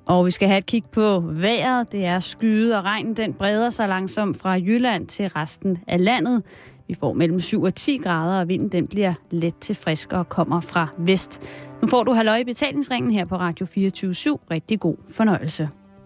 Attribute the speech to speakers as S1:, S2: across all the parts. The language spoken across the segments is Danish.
S1: Og vi skal have et kig på vejret. Det er skyet, og regnen den breder sig langsomt fra Jylland til resten af landet. Vi får mellem 7 og 10 grader, og vinden den bliver let til frisk og kommer fra vest. Nu får du halløj i betalingsringen her på Radio 24/7. Rigtig god fornøjelse.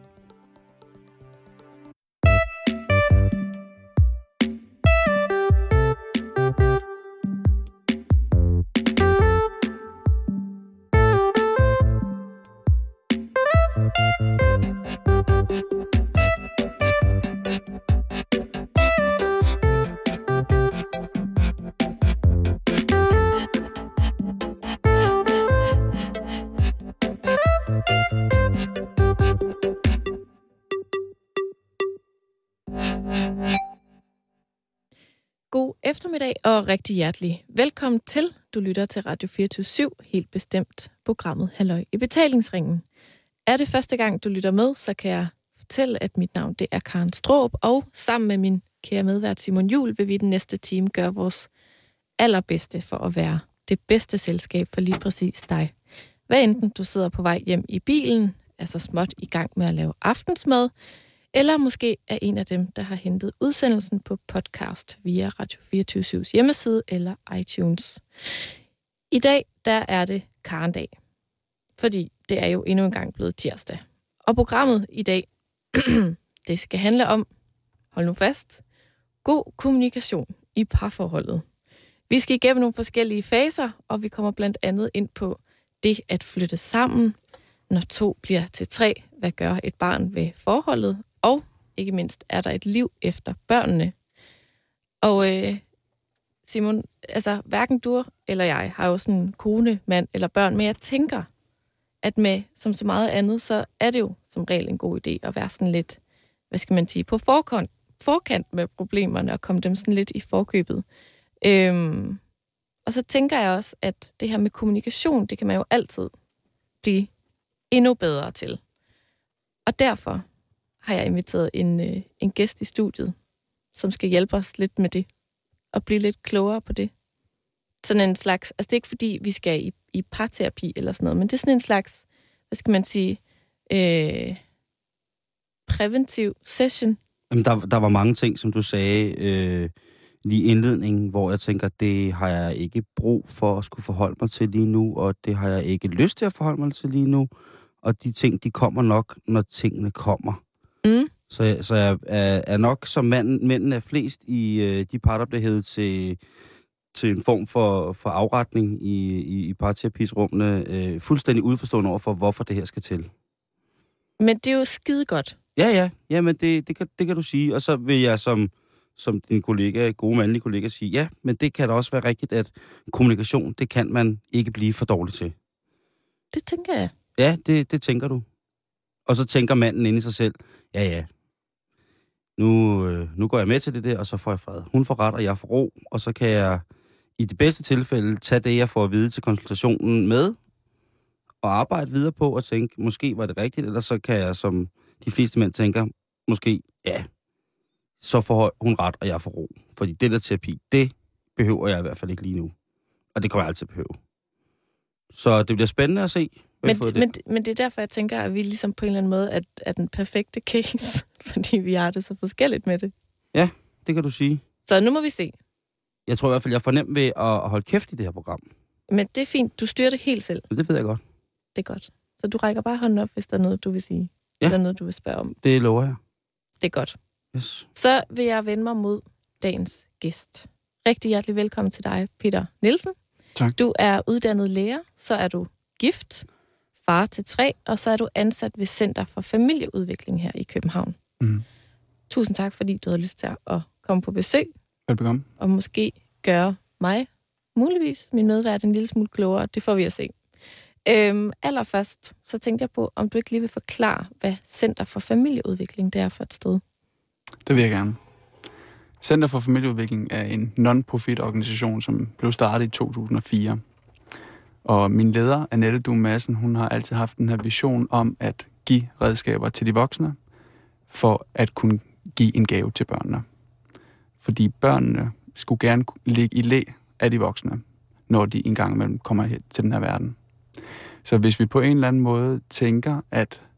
S2: God eftermiddag og rigtig hjertelig velkommen til. Du lytter til Radio 24/7, helt bestemt programmet Halløj i betalingsringen. Er det første gang, du lytter med, så kan jeg fortælle, at mit navn det er Karen Straarup, og sammen med min kære medvært Simon Juhl vil vi den næste time gøre vores allerbedste for at være det bedste selskab for lige præcis dig. Hvad enten du sidder på vej hjem i bilen, er så småt i gang med at lave aftensmad, eller måske er en af dem, der har hentet udsendelsen på podcast via Radio 24/7's hjemmeside eller iTunes. I dag, der er det Karendag, fordi det er jo endnu en gang blevet tirsdag. Og programmet i dag, det skal handle om, hold nu fast, god kommunikation i parforholdet. Vi skal igennem nogle forskellige faser, og vi kommer blandt andet ind på det at flytte sammen, når 2 bliver til 3, hvad gør et barn ved forholdet, og ikke mindst er der et liv efter børnene. Og Simon, altså hverken du eller jeg har jo sådan en kone, mand eller børn, men jeg tænker, at med som så meget andet, så er det jo som regel en god idé at være sådan lidt, hvad skal man sige, på forkant med problemerne og komme dem sådan lidt i forkøbet. Og så tænker jeg også, at det her med kommunikation, det kan man jo altid blive endnu bedre til. Og derfor har jeg inviteret en gæst i studiet, som skal hjælpe os lidt med det, og blive lidt klogere på det. Sådan en slags, altså det er ikke fordi, vi skal i parterapi eller sådan noget, men det er sådan en slags, hvad skal man sige, præventiv session.
S3: Jamen, der var mange ting, som du sagde lige i indledningen, hvor jeg tænker, det har jeg ikke brug for at skulle forholde mig til lige nu, og det har jeg ikke lyst til at forholde mig til lige nu. Og de ting, de kommer nok, når tingene kommer.
S2: Mm.
S3: Så jeg er nok, som mænden er flest i de par, der bliver hævet til en form for afretning i parterapisrummene, fuldstændig udforstående over for, hvorfor det her skal til.
S2: Men det er jo skide godt.
S3: Ja, men det kan du sige. Og så vil jeg som din kollega, gode mandlige kollega, sige, ja, men det kan da også være rigtigt, at kommunikation, det kan man ikke blive for dårlig til.
S2: Det tænker jeg.
S3: Ja, det tænker du. Og så tænker manden inde i sig selv, ja, nu går jeg med til det der, og så får jeg fred. Hun får ret, og jeg får ro, og så kan jeg i det bedste tilfælde tage det, jeg får at vide til konsultationen med, og arbejde videre på og tænke, måske var det rigtigt, eller så kan jeg, som de fleste mænd tænker, måske, ja, så får hun ret, og jeg får ro. Fordi det der terapi, det behøver jeg i hvert fald ikke lige nu. Og det kommer jeg altid behøve. Så det bliver spændende at se.
S2: Men det er derfor, jeg tænker, at vi ligesom på en eller anden måde er den perfekte case, fordi vi har det så forskelligt med det.
S3: Ja, det kan du sige.
S2: Så nu må vi se.
S3: Jeg tror i hvert fald, jeg er fornemt ved at holde kæft i det her program.
S2: Men det er fint. Du styrer det helt selv.
S3: Det ved jeg godt.
S2: Det er godt. Så du rækker bare hånden op, hvis der er noget, du vil sige.
S3: Ja.
S2: Eller noget, du vil spørge om.
S3: Det lover jeg.
S2: Det er godt.
S3: Yes.
S2: Så vil jeg vende mig mod dagens gæst. Rigtig hjertelig velkommen til dig, Peter Nielsen.
S4: Tak.
S2: Du er uddannet lærer, så er du gift, far til 3, og så er du ansat ved Center for Familieudvikling her i København.
S4: Mm.
S2: Tusind tak, fordi du havde lyst til at komme på besøg.
S4: Velbekomme.
S2: Og måske gøre mig, muligvis min medvært, en lille smule klogere. Det får vi at se. Allerførst, så tænkte jeg på, om du ikke lige vil forklare, hvad Center for Familieudvikling det er for et sted.
S4: Det vil jeg gerne. Center for Familieudvikling er en non-profit organisation, som blev startet i 2004. Og min leder, Annette Duum Madsen, hun har altid haft den her vision om at give redskaber til de voksne, for at kunne give en gave til børnene. Fordi børnene skulle gerne ligge i læ af de voksne, når de engang imellem kommer til den her verden. Så hvis vi på en eller anden måde tænker, at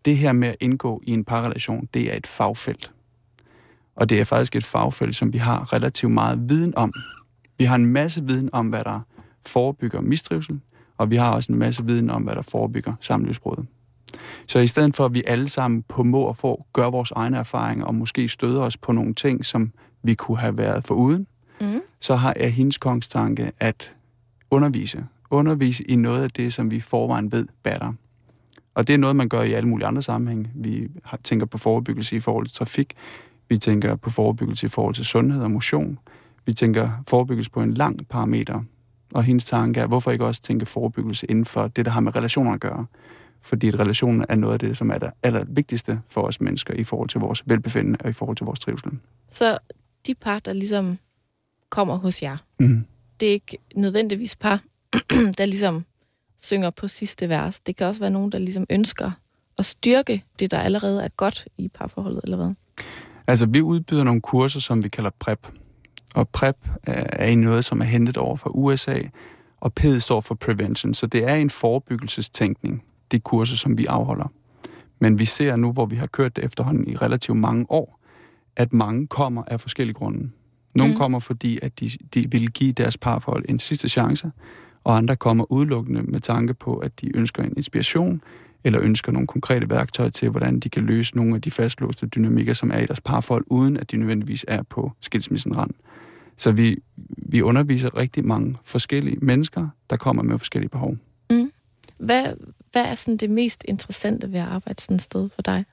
S4: det her med at indgå i en parrelation, det er et fagfelt. Og det er faktisk et fagfelt, som vi har relativt meget viden om. Vi har en masse viden om, hvad der forebygger mistrivsel, og vi har også en masse viden om, hvad der forebygger samlivsbrud. Så i stedet for, at vi alle sammen på må og for gør vores egne erfaringer, og måske støder os på nogle ting, som vi kunne have været foruden, så er hendes kongstanke at undervise i noget af det, som vi forvejen ved batter. Og det er noget, man gør i alle mulige andre sammenhænge. Vi tænker på forebyggelse i forhold til trafik. Vi tænker på forebyggelse i forhold til sundhed og motion. Vi tænker forebyggelse på en lang parameter. Og hendes tanke er, hvorfor ikke også tænke forebyggelse inden for det, der har med relationer at gøre? Fordi relationen er noget af det, som er det allervigtigste for os mennesker i forhold til vores velbefindende og i forhold til vores trivsel.
S2: Så de par, der ligesom kommer hos jer, det er ikke nødvendigvis par, der ligesom synger på sidste vers. Det kan også være nogen, der ligesom ønsker at styrke det, der allerede er godt i parforholdet, eller hvad?
S4: Altså, vi udbyder nogle kurser, som vi kalder PrEP. Og PrEP er egentlig noget, som er hentet over fra USA, og P står for Prevention. Så det er en forebyggelsestænkning, de kurser, som vi afholder. Men vi ser nu, hvor vi har kørt det efterhånden i relativt mange år, at mange kommer af forskellige grunde. Nogle kommer, fordi at de vil give deres parforhold en sidste chance, og andre kommer udelukkende med tanke på, at de ønsker en inspiration, eller ønsker nogle konkrete værktøjer til, hvordan de kan løse nogle af de fastlåste dynamikker, som er i deres parforhold, uden at de nødvendigvis er på skilsmissen rand. Så vi underviser rigtig mange forskellige mennesker, der kommer med forskellige behov.
S2: Hvad er sådan det mest interessante ved at arbejde sådan et sted for dig?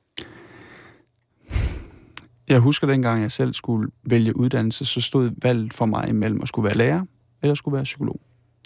S4: Jeg husker dengang, jeg selv skulle vælge uddannelse, så stod valget for mig imellem at skulle være lærer, eller skulle være psykolog.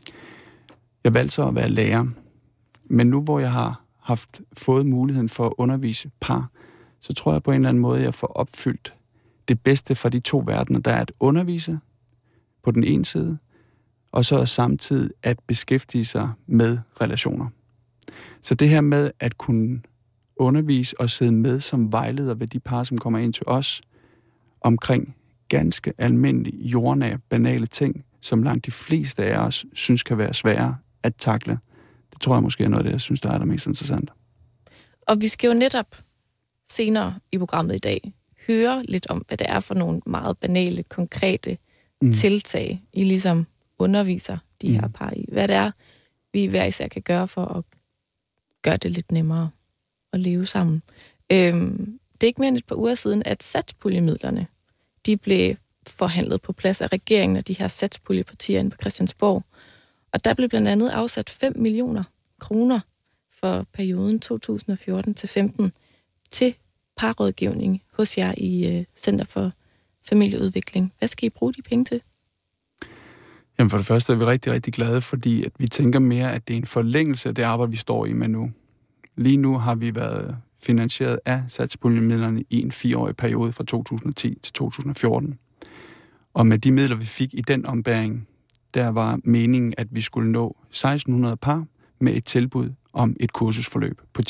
S4: Jeg valgte så at være lærer. Men nu, hvor jeg har fået muligheden for at undervise par, så tror jeg på en eller anden måde, at jeg får opfyldt det bedste fra de to verdener. Der er at undervise på den ene side, og så samtidig at beskæftige sig med relationer. Så det her med at kunne undervise og sidde med som vejleder ved de par, som kommer ind til os, omkring ganske almindelige, jordnære, banale ting, som langt de fleste af os synes kan være svære at takle. Det tror jeg måske er noget af det, jeg synes, der er allermest interessant.
S2: Og vi skal jo netop senere i programmet i dag høre lidt om, hvad det er for nogle meget banale, konkrete tiltag, I ligesom underviser de her par i. Hvad det er, vi hver især kan gøre for at gøre det lidt nemmere at leve sammen. Det er ikke mere end et par uger siden, at satspuljemidlerne, de blev forhandlet på plads af regeringen og de her satspuljepartier inde på Christiansborg. Og der blev blandt andet afsat 5 millioner kroner for perioden 2014 til 15 til parrådgivning hos jer i Center for Familieudvikling. Hvad skal I bruge de penge til?
S4: Jamen for det første er vi rigtig, rigtig glade, fordi at vi tænker mere, at det er en forlængelse af det arbejde, vi står i med nu. Lige nu har vi været finansieret af satspuljemidlerne i en 4-årig periode fra 2010 til 2014. Og med de midler, vi fik i den ombæring, der var meningen, at vi skulle nå 1600 par med et tilbud om et kursusforløb på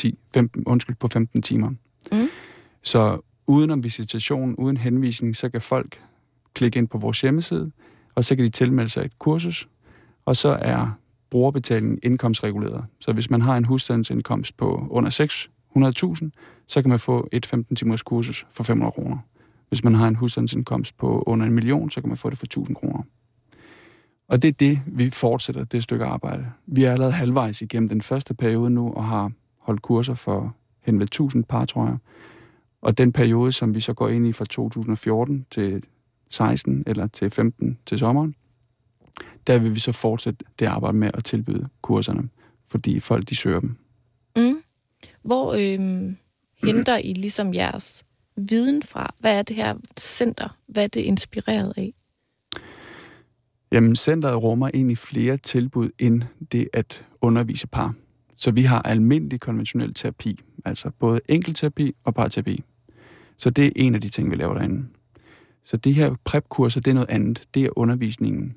S4: 15 timer. Så uden om visitation, uden henvisning, så kan folk klikke ind på vores hjemmeside, og så kan de tilmelde sig et kursus, og så er brugerbetalingen indkomstreguleret. Så hvis man har en husstandsindkomst på under 600.000, så kan man få et 15-timers kursus for 500 kroner. Hvis man har en husstandsindkomst på under 1 million, så kan man få det for 1.000 kroner. Og det er det, vi fortsætter, det stykke arbejde. Vi er allerede halvvejs igennem den første periode nu, og har holdt kurser for hen ved 1.000 par, tror jeg. Og den periode, som vi så går ind i fra 2014 til 16 eller til 15 til sommeren, der vil vi så fortsætte det arbejde med at tilbyde kurserne, fordi folk, de søger dem.
S2: Hvor henter I ligesom jeres viden fra? Hvad er det her center? Hvad er det inspireret af?
S4: Jamen, centeret rummer egentlig flere tilbud end det at undervise par. Så vi har almindelig konventionel terapi, altså både enkeltterapi og parterapi. Så det er en af de ting, vi laver derinde. Så de her PrEP-kurser, det er noget andet. Det er undervisningen.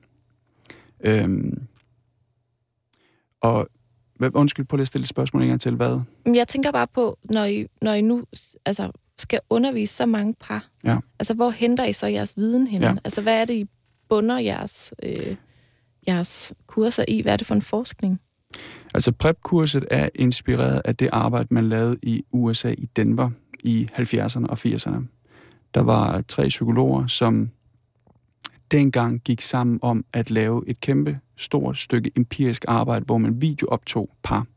S4: Undskyld, på at stille et spørgsmål en gang til, hvad?
S2: Jeg tænker bare på, når I nu skal undervise så mange par, altså hvor henter I så jeres viden hen? Ja. Altså hvad er det, I bunder jeres kurser i? Hvad er det for en forskning?
S4: Altså PrEP-kurset er inspireret af det arbejde, man lavede i USA i Denver i 70'erne og 80'erne. Der var 3 psykologer, som dengang gik sammen om at lave et kæmpe stort stykke empirisk arbejde, hvor man videooptog par.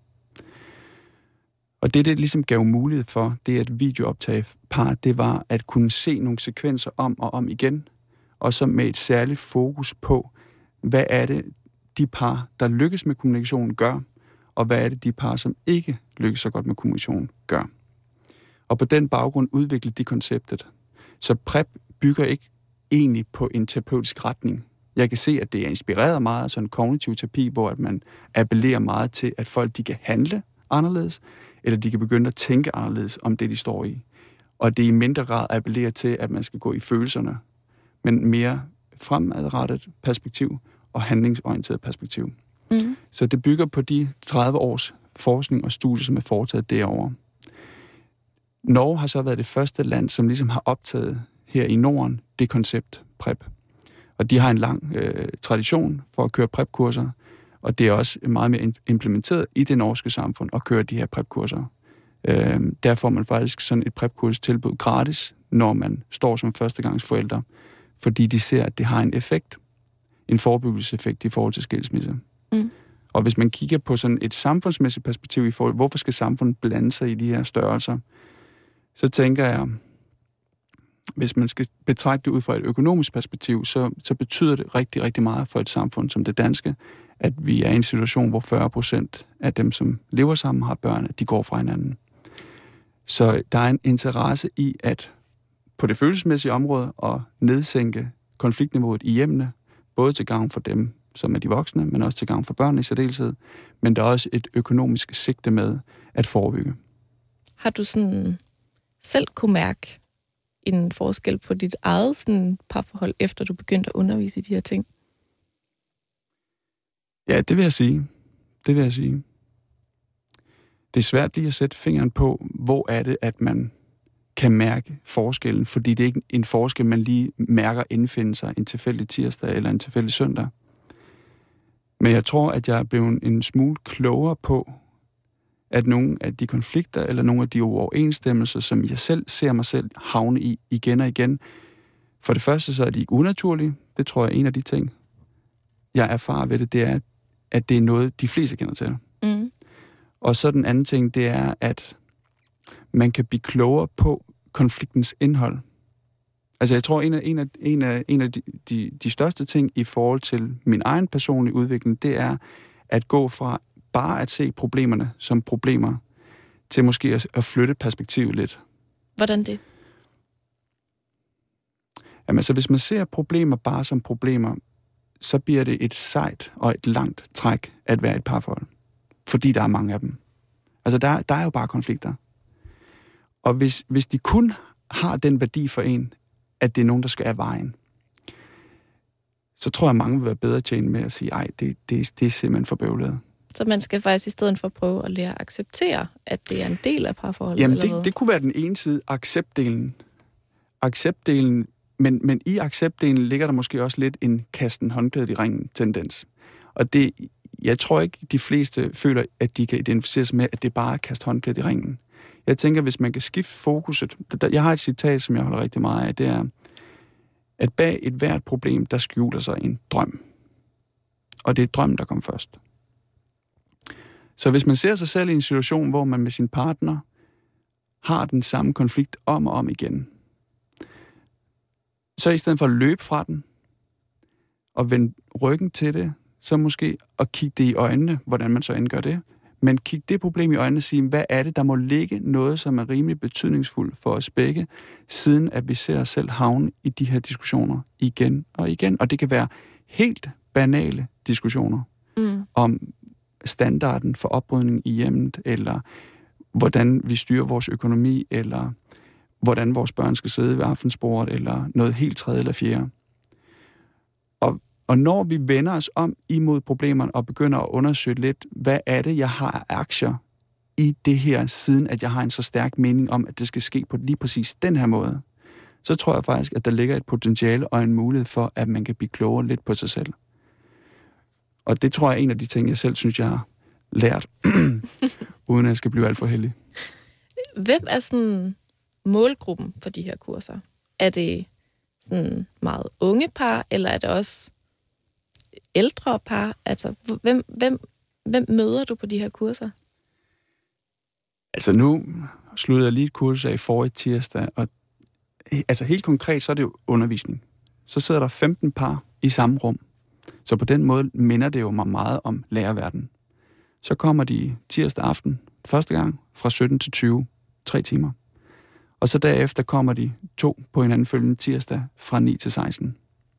S4: Og det ligesom gav mulighed for, det at videooptage par, det var at kunne se nogle sekvenser om og om igen, og så med et særligt fokus på, hvad er det, de par, der lykkes med kommunikation, gør, og hvad er det, de par, som ikke lykkes så godt med kommunikation, gør. Og på den baggrund udviklede de konceptet. Så PrEP bygger ikke egentlig på en terapeutisk retning. Jeg kan se, at det er inspireret meget af sådan en kognitiv terapi, hvor at man appellerer meget til, at folk de kan handle anderledes, eller de kan begynde at tænke anderledes om det, de står i. Og det i mindre grad appellerer til, at man skal gå i følelserne, men mere fremadrettet perspektiv og handlingsorienteret perspektiv. Mm. Så det bygger på de 30 års forskning og studier, som er foretaget derovre. Norge har så været det første land, som ligesom har optaget her i Norden det koncept PrEP. Og de har en lang tradition for at køre PrEP-kurser, og det er også meget mere implementeret i det norske samfund at køre de her PrEP-kurser. Der får man faktisk sådan et PrEP-kurs tilbud gratis, når man står som førstegangsforældre, fordi de ser, at det har en effekt, en forebyggelseseffekt i forhold til skilsmisse. Mm. Og hvis man kigger på sådan et samfundsmæssigt perspektiv i forhold, hvorfor skal samfundet blande sig i de her størrelser, så tænker jeg, hvis man skal betragte det ud fra et økonomisk perspektiv, så betyder det rigtig, rigtig meget for et samfund som det danske, at vi er i en situation, hvor 40% af dem, som lever sammen, har børn, at de går fra hinanden. Så der er en interesse i, at på det følelsesmæssige område, at nedsænke konfliktniveauet i hjemmene, både til gavn for dem, som er de voksne, men også til gavn for børnene i særdeleshed. Men der er også et økonomisk sigte med at forebygge.
S2: Har du sådan selv kunne mærke en forskel på dit eget sådan parforhold, efter du begyndte at undervise i de her ting?
S4: Ja, det vil jeg sige. Det er svært lige at sætte fingeren på, hvor er det, at man kan mærke forskellen, fordi det er ikke en forskel, man lige mærker indfinde sig en tilfældig tirsdag eller en tilfældig søndag. Men jeg tror, at jeg er blevet en smule klogere på, at nogle af de konflikter eller nogle af de uoverensstemmelser, som jeg selv ser mig selv havne i igen og igen, for det første så er de ikke unaturlige. Det tror jeg er en af de ting, jeg erfarer ved det, det er, at det er noget, de fleste kender til. Mm. Og så den anden ting, det er, at man kan blive klogere på konfliktens indhold. Altså jeg tror, en af de største ting i forhold til min egen personlige udvikling, det er at gå fra bare at se problemerne som problemer, til måske at flytte perspektivet lidt.
S2: Hvordan det?
S4: Jamen så hvis man ser problemer bare som problemer, så bliver det et sejt og et langt træk at være et parforhold. Fordi der er mange af dem. Altså der er jo bare konflikter. Og hvis de kun har den værdi for en, at det er nogen, der skal af vejen, så tror jeg, mange vil være bedre tjent med at sige, ej, det er simpelthen for bøvlet. Så
S2: man skal faktisk i stedet for prøve at lære at acceptere, at det er en del af parforholdet?
S4: Jamen, det kunne være den ene side, acceptdelen, men i acceptdelen ligger der måske også lidt en kasten håndklædet i ringen tendens. Og det, jeg tror ikke, de fleste føler, at de kan identificere sig med, at det bare er at kaste håndklædet i ringen. Jeg tænker, hvis man kan skifte fokuset. Jeg har et citat, som jeg holder rigtig meget af, det er, at bag et hvert problem, der skjuler sig en drøm. Og det er drømmen, der kommer først. Så hvis man ser sig selv i en situation, hvor man med sin partner har den samme konflikt om og om igen, så i stedet for at løbe fra den og vende ryggen til det, så måske at kigge det i øjnene, hvordan man så end gør det, men kigge det problem i øjnene og sige, hvad er det, der må ligge noget, som er rimelig betydningsfuldt for os begge, siden at vi ser os selv havne i de her diskussioner igen og igen. Og det kan være helt banale diskussioner om standarden for oprydning i hjemmet, eller hvordan vi styrer vores økonomi, eller hvordan vores børn skal sidde ved aftensbordet, eller noget helt tredje eller fjerde. Og når vi vender os om imod problemerne og begynder at undersøge lidt, hvad er det, jeg har af aktier i det her, siden at jeg har en så stærk mening om, at det skal ske på lige præcis den her måde, så tror jeg faktisk, at der ligger et potentiale og en mulighed for, at man kan blive klogere lidt på sig selv. Og det tror jeg er en af de ting, jeg selv synes, jeg har lært, uden at jeg skal blive alt for heldig.
S2: Hvem er sådan målgruppen for de her kurser? Er det sådan meget unge par, eller er det også ældre par? Altså, hvem møder du på de her kurser?
S4: Altså nu sluttede jeg lige et kurs af forrige tirsdag, og altså helt konkret, så er det jo undervisning. Så sidder der 15 par i samme rum. Så på den måde minder det jo mig meget om lærerverdenen. Så kommer de tirsdag aften, første gang, fra 17 til 20, 3 timer. Og så derefter kommer de 2 på hinanden følgende tirsdag fra 9 til 16.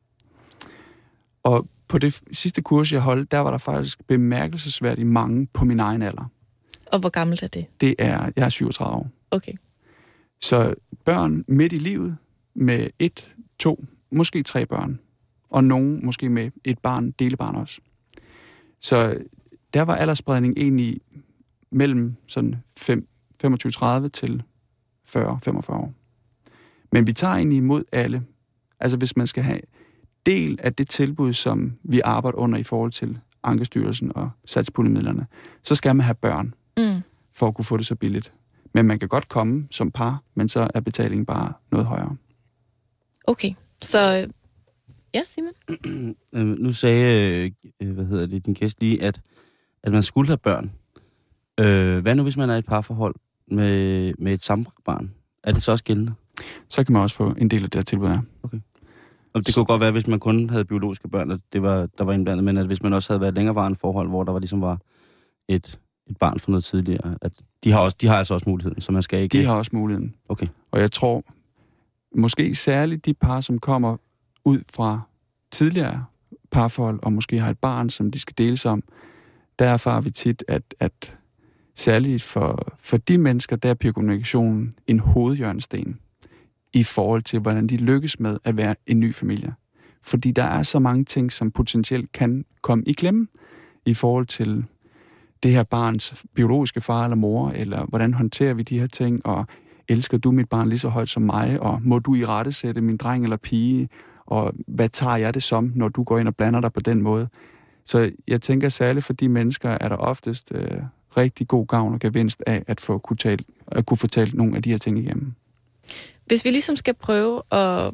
S4: Og på det sidste kurs, jeg holdt, der var der faktisk bemærkelsesværdigt mange på min egen alder.
S2: Og hvor gammelt er det?
S4: Jeg er 37 år.
S2: Okay.
S4: Så børn midt i livet med 1, 2, måske 3 børn. Og nogen måske med et barn, delebarn også. Så der var aldersspredning egentlig mellem sådan 25-30 til 40-45 år. Men vi tager egentlig imod alle. Altså hvis man skal have del af det tilbud, som vi arbejder under i forhold til Ankestyrelsen og satspuljemidlerne, så skal man have børn, for at kunne få det så billigt. Men man kan godt komme som par, men så er betalingen bare noget højere.
S2: Okay, så ja, Simon?
S3: Nu sagde din gæst lige, at man skulle have børn. Hvad nu, hvis man er i et parforhold med et sammenbragt barn? Er det så også gældende?
S4: Så kan man også få en del af det her tilbud her.
S3: Okay. Og det kunne godt være, hvis man kun havde biologiske børn, at der var indblandet, men at hvis man også havde været længerevarende forhold, hvor der var et barn fra noget tidligere, at de har altså også muligheden, så man skal ikke...
S4: De har også muligheden.
S3: Okay.
S4: Og jeg tror, måske særligt de par, som kommer ud fra tidligere parforhold, og måske har et barn, som de skal deles om, der erfarer vi tit, at særligt for de mennesker, der bliver kommunikationen en hovedhjørnesten i forhold til, hvordan de lykkes med at være en ny familie. Fordi der er så mange ting, som potentielt kan komme i klemme i forhold til det her barns biologiske far eller mor, eller hvordan håndterer vi de her ting, og elsker du mit barn lige så højt som mig, og må du irettesætte min dreng eller pige, og hvad tager jeg det som, når du går ind og blander dig på den måde. Så jeg tænker særligt for de mennesker, er der oftest rigtig god gavn og gevinst af at kunne fortælle nogle af de her ting igennem.
S2: Hvis vi ligesom skal prøve at,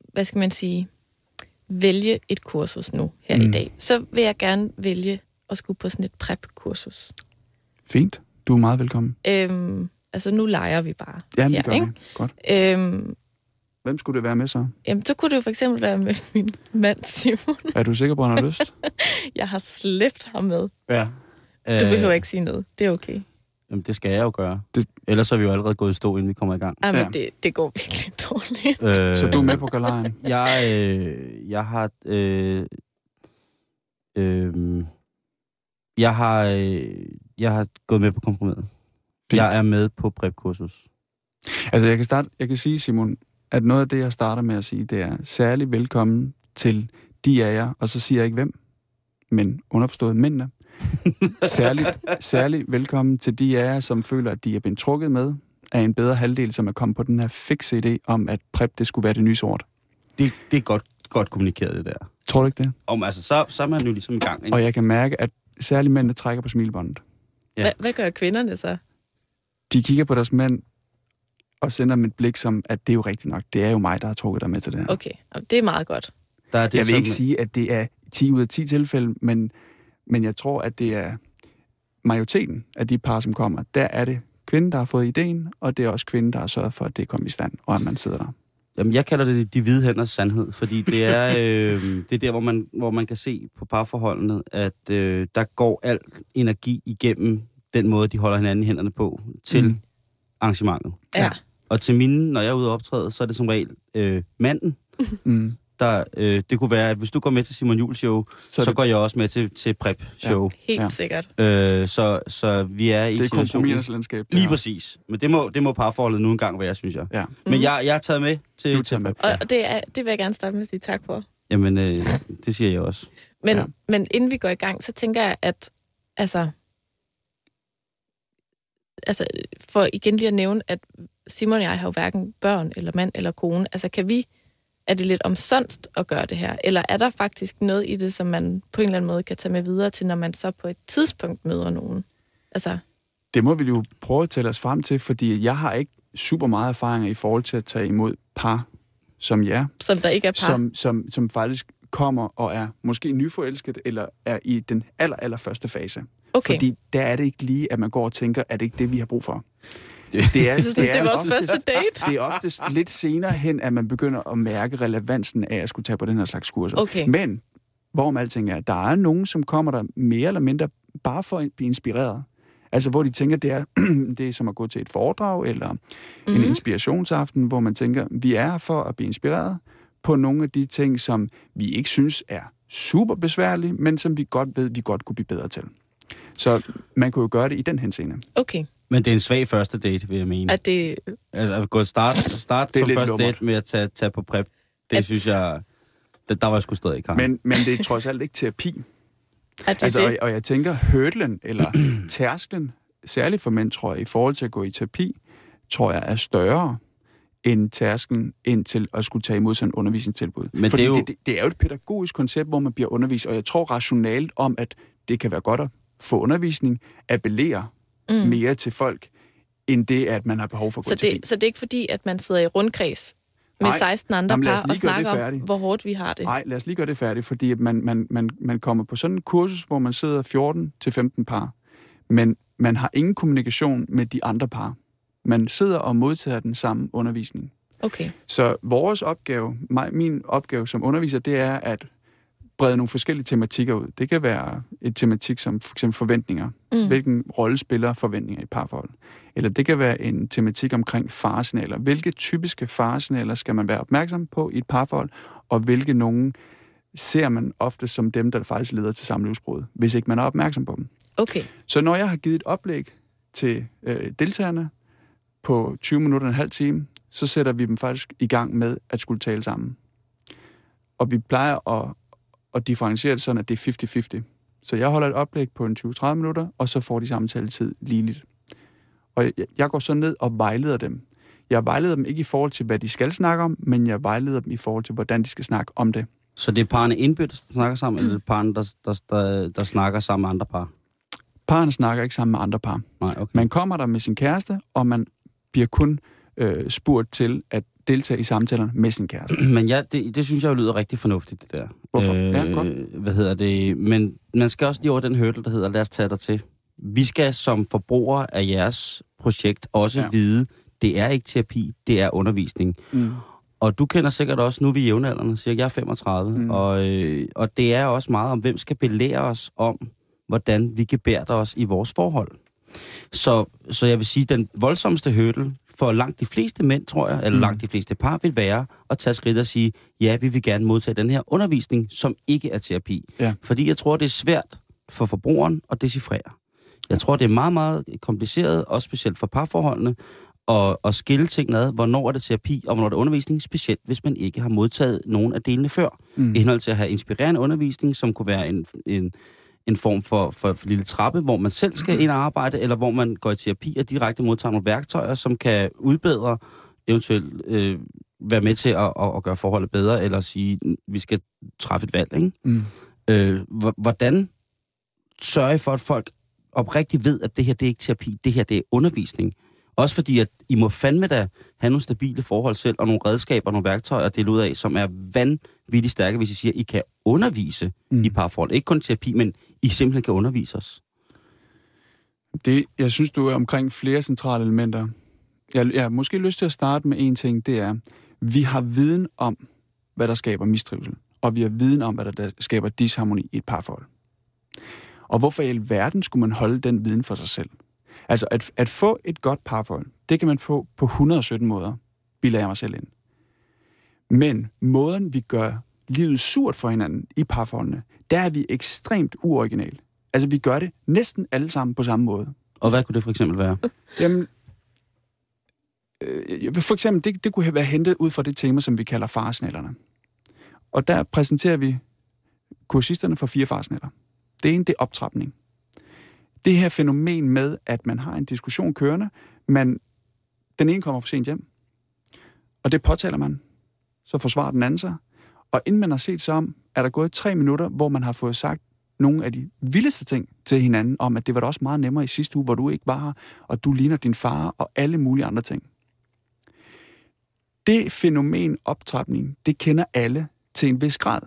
S2: vælge et kursus nu her i dag, så vil jeg gerne vælge at skulle på sådan et prep-kursus.
S4: Fint. Du er meget velkommen.
S2: Altså nu leger vi bare.
S4: Jamen, det gør vi. Godt. Hvem skulle det være med så?
S2: Jamen, så kunne det jo for eksempel være med min mand, Simon.
S4: Er du sikker på, at han har lyst?
S2: Jeg har slæbt ham med.
S3: Ja.
S2: Du behøver ikke sige noget. Det er okay.
S3: Jamen, det skal jeg jo gøre. Ellers er vi jo allerede gået i stå, inden vi kommer i gang.
S2: Jamen, ja. Det går virkelig dårligt.
S4: Så du er med på galejen?
S3: Jeg har gået med på kompromiset. Jeg er med på prep-kursus.
S4: Altså, jeg kan sige, Simon, at noget af det, jeg starter med at sige, det er særlig velkommen til de af jer, og så siger jeg ikke hvem, men underforstået mændene. Særlig velkommen til de af jer, som føler, at de er blevet trukket med af en bedre halvdel, som er kommet på den her fikse idé om, at prep, det skulle være det nye sort.
S3: Det er godt kommunikeret, det der.
S4: Tror du ikke det?
S3: Så er man jo ligesom i gang, ikke?
S4: Og jeg kan mærke, at særligt mændene trækker på smilebåndet.
S2: Ja. Hvad gør kvinderne så?
S4: De kigger på deres mænd og sender dem et blik som, at det er jo rigtigt nok. Det er jo mig, der har trukket dig med til det her.
S2: Okay, det er meget godt.
S4: Jeg vil ikke sige, at det er 10 ud af 10 tilfælde, men jeg tror, at det er majoriteten af de par, som kommer. Der er det kvinden, der har fået ideen, og det er også kvinden, der har sørget for, at det kommer i stand, og at man sidder der.
S3: Jamen, jeg kalder det de hvide hænders sandhed, fordi det er, det er der, hvor man kan se på parforholdene, at der går al energi igennem den måde, de holder hinanden i hænderne på, til arrangementet.
S2: Ja.
S3: Og til mine, når jeg er ude og optræde, så er det som regel manden, der, det kunne være, at hvis du går med til Simon Juhl show, så går jeg også med til prep show.
S2: Ja, helt sikkert.
S3: Så vi er i
S4: det er kompromisernes landskab.
S3: Lige præcis. Men det må parforholdet nu engang være, synes jeg.
S4: Ja.
S3: Men jeg er taget med til...
S4: Du tager med.
S2: Og det vil jeg gerne starte med at sige tak for.
S3: Jamen, det siger jeg også.
S2: Men inden vi går i gang, så tænker jeg, at altså for igen lige at nævne, at Simon og jeg har jo hverken børn eller mand eller kone. Altså er det lidt omsonst at gøre det her? Eller er der faktisk noget i det, som man på en eller anden måde kan tage med videre til, når man så på et tidspunkt møder nogen? Altså...
S4: Det må vi jo prøve at tælle os frem til, fordi jeg har ikke super meget erfaring i forhold til at tage imod par som jer.
S2: Som der ikke er par.
S4: Som faktisk kommer og er måske nyforelsket, eller er i den allerførste fase.
S2: Okay.
S4: Fordi der er det ikke lige, at man går og tænker, at det ikke det, vi har brug for.
S2: Det er vores første date.
S4: Det er oftest lidt senere hen, at man begynder at mærke relevansen af at skulle tage på den her slags kurser.
S2: Okay.
S4: Men, hvorom alting er, der er nogen, som kommer der mere eller mindre bare for at blive inspireret. Altså, hvor de tænker, det er som at gå til et foredrag eller en inspirationsaften, hvor man tænker, vi er her for at blive inspireret på nogle af de ting, som vi ikke synes er super besværlige, men som vi godt ved, vi godt kunne blive bedre til. Så man kunne jo gøre det i den henseende.
S2: Okay.
S3: Men det er en svag første date, vil jeg mene.
S2: At det...
S3: Altså, at gå start som første date med at tage på prep, synes jeg... Der var jeg sgu stadig i kamp.
S4: Men det er trods alt ikke terapi. Og jeg tænker, hurdlen eller tærsklen, særligt for mænd, tror jeg, i forhold til at gå i terapi, tror jeg er større end tærsklen ind til at skulle tage imod sådan en undervisningstilbud. Men fordi det er jo et pædagogisk koncept, hvor man bliver undervist, og jeg tror rationalt om, at det kan være godt at få undervisning, appellerer mere til folk, end det, at man har behov for at gå i terapi.
S2: Så det er ikke fordi, at man sidder i rundkreds med 16 andre par og snakker om, hvor hårdt vi har det?
S4: Nej, lad os lige gøre det færdigt, fordi at man kommer på sådan en kursus, hvor man sidder 14-15 par, men man har ingen kommunikation med de andre par. Man sidder og modtager den samme undervisning.
S2: Okay.
S4: Så vores opgave, min opgave som underviser, det er at brede nogle forskellige tematikker ud. Det kan være et tematik som for eksempel forventninger. Hvilken rolle spiller forventninger i parforhold? Eller det kan være en tematik omkring faresignaler. Hvilke typiske faresignaler skal man være opmærksom på i et parforhold, og hvilke nogen ser man ofte som dem, der faktisk leder til samlivsbrud, hvis ikke man er opmærksom på dem.
S2: Okay.
S4: Så når jeg har givet et oplæg til deltagerne på 20 minutter og en halv time, så sætter vi dem faktisk i gang med at skulle tale sammen. Og vi plejer at differentiere det sådan, at det er 50-50. Så jeg holder et oplæg på en 20-30 minutter, og så får de samtaletid ligeligt. Og jeg går så ned og vejleder dem. Jeg vejleder dem ikke i forhold til, hvad de skal snakke om, men jeg vejleder dem i forhold til, hvordan de skal snakke om det. Så
S3: det er parerne indbyrdes, der snakker sammen, eller parerne, der snakker sammen med andre par?
S4: Parerne snakker ikke sammen med andre par.
S3: Nej, okay.
S4: Man kommer der med sin kæreste, og man bliver kun spurgt til at deltage i samtalerne med sin kæreste.
S3: Men ja, det synes jeg jo lyder rigtig fornuftigt, det der.
S4: Hvorfor? Ja, godt.
S3: Men man skal også lige over den hurdle, der hedder, lad os tage dig til. Vi skal som forbrugere af jeres projekt også vide, det er ikke terapi, det er undervisning. Og du kender sikkert også, nu er vi jævnaldrende, cirka jeg er 35, og det er også meget om, hvem skal belære os om, hvordan vi gebærder os i vores forhold. Så jeg vil sige, den voldsomste hurdle for langt de fleste mænd, tror jeg, eller langt de fleste par, vil være at tage skridt og sige, ja, vi vil gerne modtage den her undervisning, som ikke er terapi. Ja. Fordi jeg tror, det er svært for forbrugeren at decifrere. Jeg tror, det er meget, meget kompliceret, også specielt for parforholdene, at skille ting ad, hvornår er det terapi, og hvornår er det undervisning, specielt hvis man ikke har modtaget nogen af delene før. I henhold til at have inspirerende undervisning, som kunne være en form for lille trappe, hvor man selv skal ind og arbejde, eller hvor man går i terapi og direkte modtager nogle værktøjer, som kan udbedre, eventuelt være med til at gøre forholdet bedre, eller sige, vi skal træffe et valg. Ikke? Hvordan sørger I for, at folk oprigtigt ved, at det her det er ikke terapi, det her det er undervisning? Også fordi, at I må fandme da have nogle stabile forhold selv, og nogle redskaber, nogle værktøjer at dele ud af, som er vanvittigt stærke, hvis I siger, at I kan undervise i parforhold. Ikke kun terapi, men I simpelthen kan undervise os.
S4: Jeg synes, du er omkring flere centrale elementer. Jeg har måske lyst til at starte med en ting, det er, vi har viden om, hvad der skaber mistrivsel, og vi har viden om, hvad der skaber disharmoni i et parforhold. Og hvorfor i alverden skulle man holde den viden for sig selv? Altså, at få et godt parforhold, det kan man få på 117 måder, bilder jeg mig selv ind. Men måden, vi gør livet surt for hinanden i parforholdene, der er vi ekstremt uoriginale. Altså, vi gør det næsten alle sammen på samme måde.
S3: Og hvad kunne det for eksempel være?
S4: Jamen, for eksempel, det kunne have været hentet ud fra det tema, som vi kalder faresigналerne. Og der præsenterer vi kursisterne for 4 faresignaler. Det ene, det er optrapning. Det her fænomen med, at man har en diskussion kørende, men den ene kommer for sent hjem, og det påtaler man. Så forsvarer den anden sig. Og inden man har set sig om, er der gået 3 minutter, hvor man har fået sagt nogle af de vildeste ting til hinanden, om at det var da også meget nemmere i sidste uge, hvor du ikke var her, og du ligner din far, og alle mulige andre ting. Det fænomen optrapning, det kender alle til en vis grad.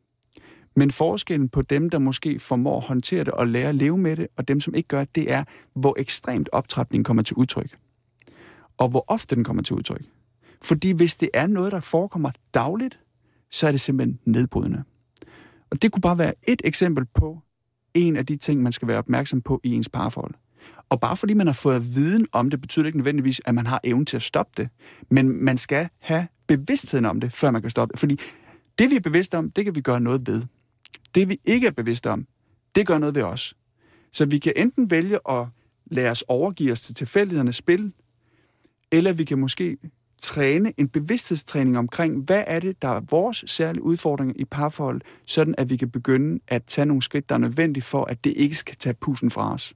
S4: Men forskellen på dem, der måske formår at håndtere det og lære at leve med det, og dem, som ikke gør det, er, hvor ekstremt optrapningen kommer til udtryk. Og hvor ofte den kommer til udtryk. Fordi hvis det er noget, der forekommer dagligt, så er det simpelthen nedbrydende. Og det kunne bare være et eksempel på en af de ting, man skal være opmærksom på i ens parforhold. Og bare fordi man har fået viden om det, betyder det ikke nødvendigvis, at man har evnen til at stoppe det. Men man skal have bevidstheden om det, før man kan stoppe det. Fordi det, vi er bevidste om, det kan vi gøre noget ved. Det, vi ikke er bevidste om, det gør noget ved os. Så vi kan enten vælge at lade os overgive os til tilfældighedernes spil, eller vi kan måske træne en bevidsthedstræning omkring, hvad er det, der er vores særlige udfordringer i parforhold, sådan at vi kan begynde at tage nogle skridt, der er nødvendige for, at det ikke skal tage pusten fra os.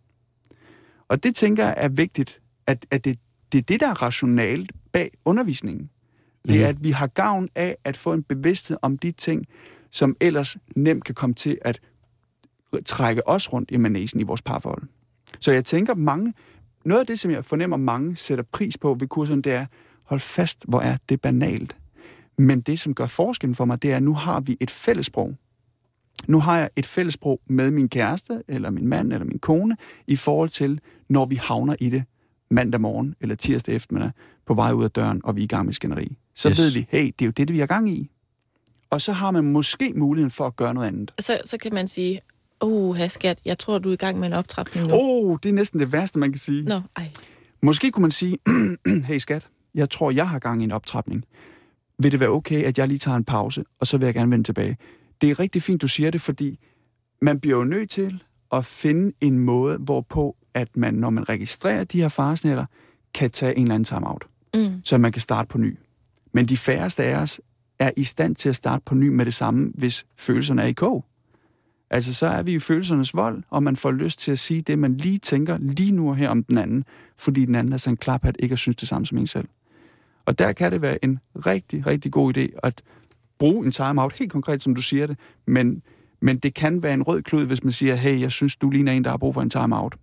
S4: Og det, tænker jeg, er vigtigt, at det er det, der er rationalt bag undervisningen. Det er, at vi har gavn af at få en bevidsthed om de ting, som ellers nemt kan komme til at trække os rundt i manegen i vores parforhold. Så jeg tænker, noget af det, som jeg fornemmer, mange sætter pris på ved kurserne, det er, hold fast, hvor er det banalt. Men det, som gør forskellen for mig, det er, at nu har vi et fællessprog. Nu har jeg et fællessprog med min kæreste, eller min mand, eller min kone, i forhold til, når vi havner i det mandag morgen, eller tirsdag eftermiddag, på vej ud af døren, og vi er i gang med skænderi. Så ved vi, hey, det er jo det, vi er gang i. Og så har man måske muligheden for at gøre noget andet.
S2: Så kan man sige, skat, jeg tror, du er i gang med en optrapning nu.
S4: Det er næsten det værste, man kan sige.
S2: Nå, ej.
S4: Måske kunne man sige, hey skat, jeg tror, jeg har gang i en optrapning. Vil det være okay, at jeg lige tager en pause, og så vil jeg gerne vende tilbage? Det er rigtig fint, du siger det, fordi man bliver jo nødt til at finde en måde, hvorpå at man, når man registrerer de her faresignaler, kan tage en eller anden time-out, så man kan starte på ny. Men de færreste af os er i stand til at starte på ny med det samme, hvis følelserne er i kog. Altså, så er vi i følelsernes vold, og man får lyst til at sige det, man lige tænker lige nu og her om den anden, fordi den anden er sådan en klaphat ikke synes det samme som en selv. Og der kan det være en rigtig, rigtig god idé at bruge en time-out, helt konkret, som du siger det, men det kan være en rød klud, hvis man siger, hey, jeg synes, du ligner en, der har brug for en time-out.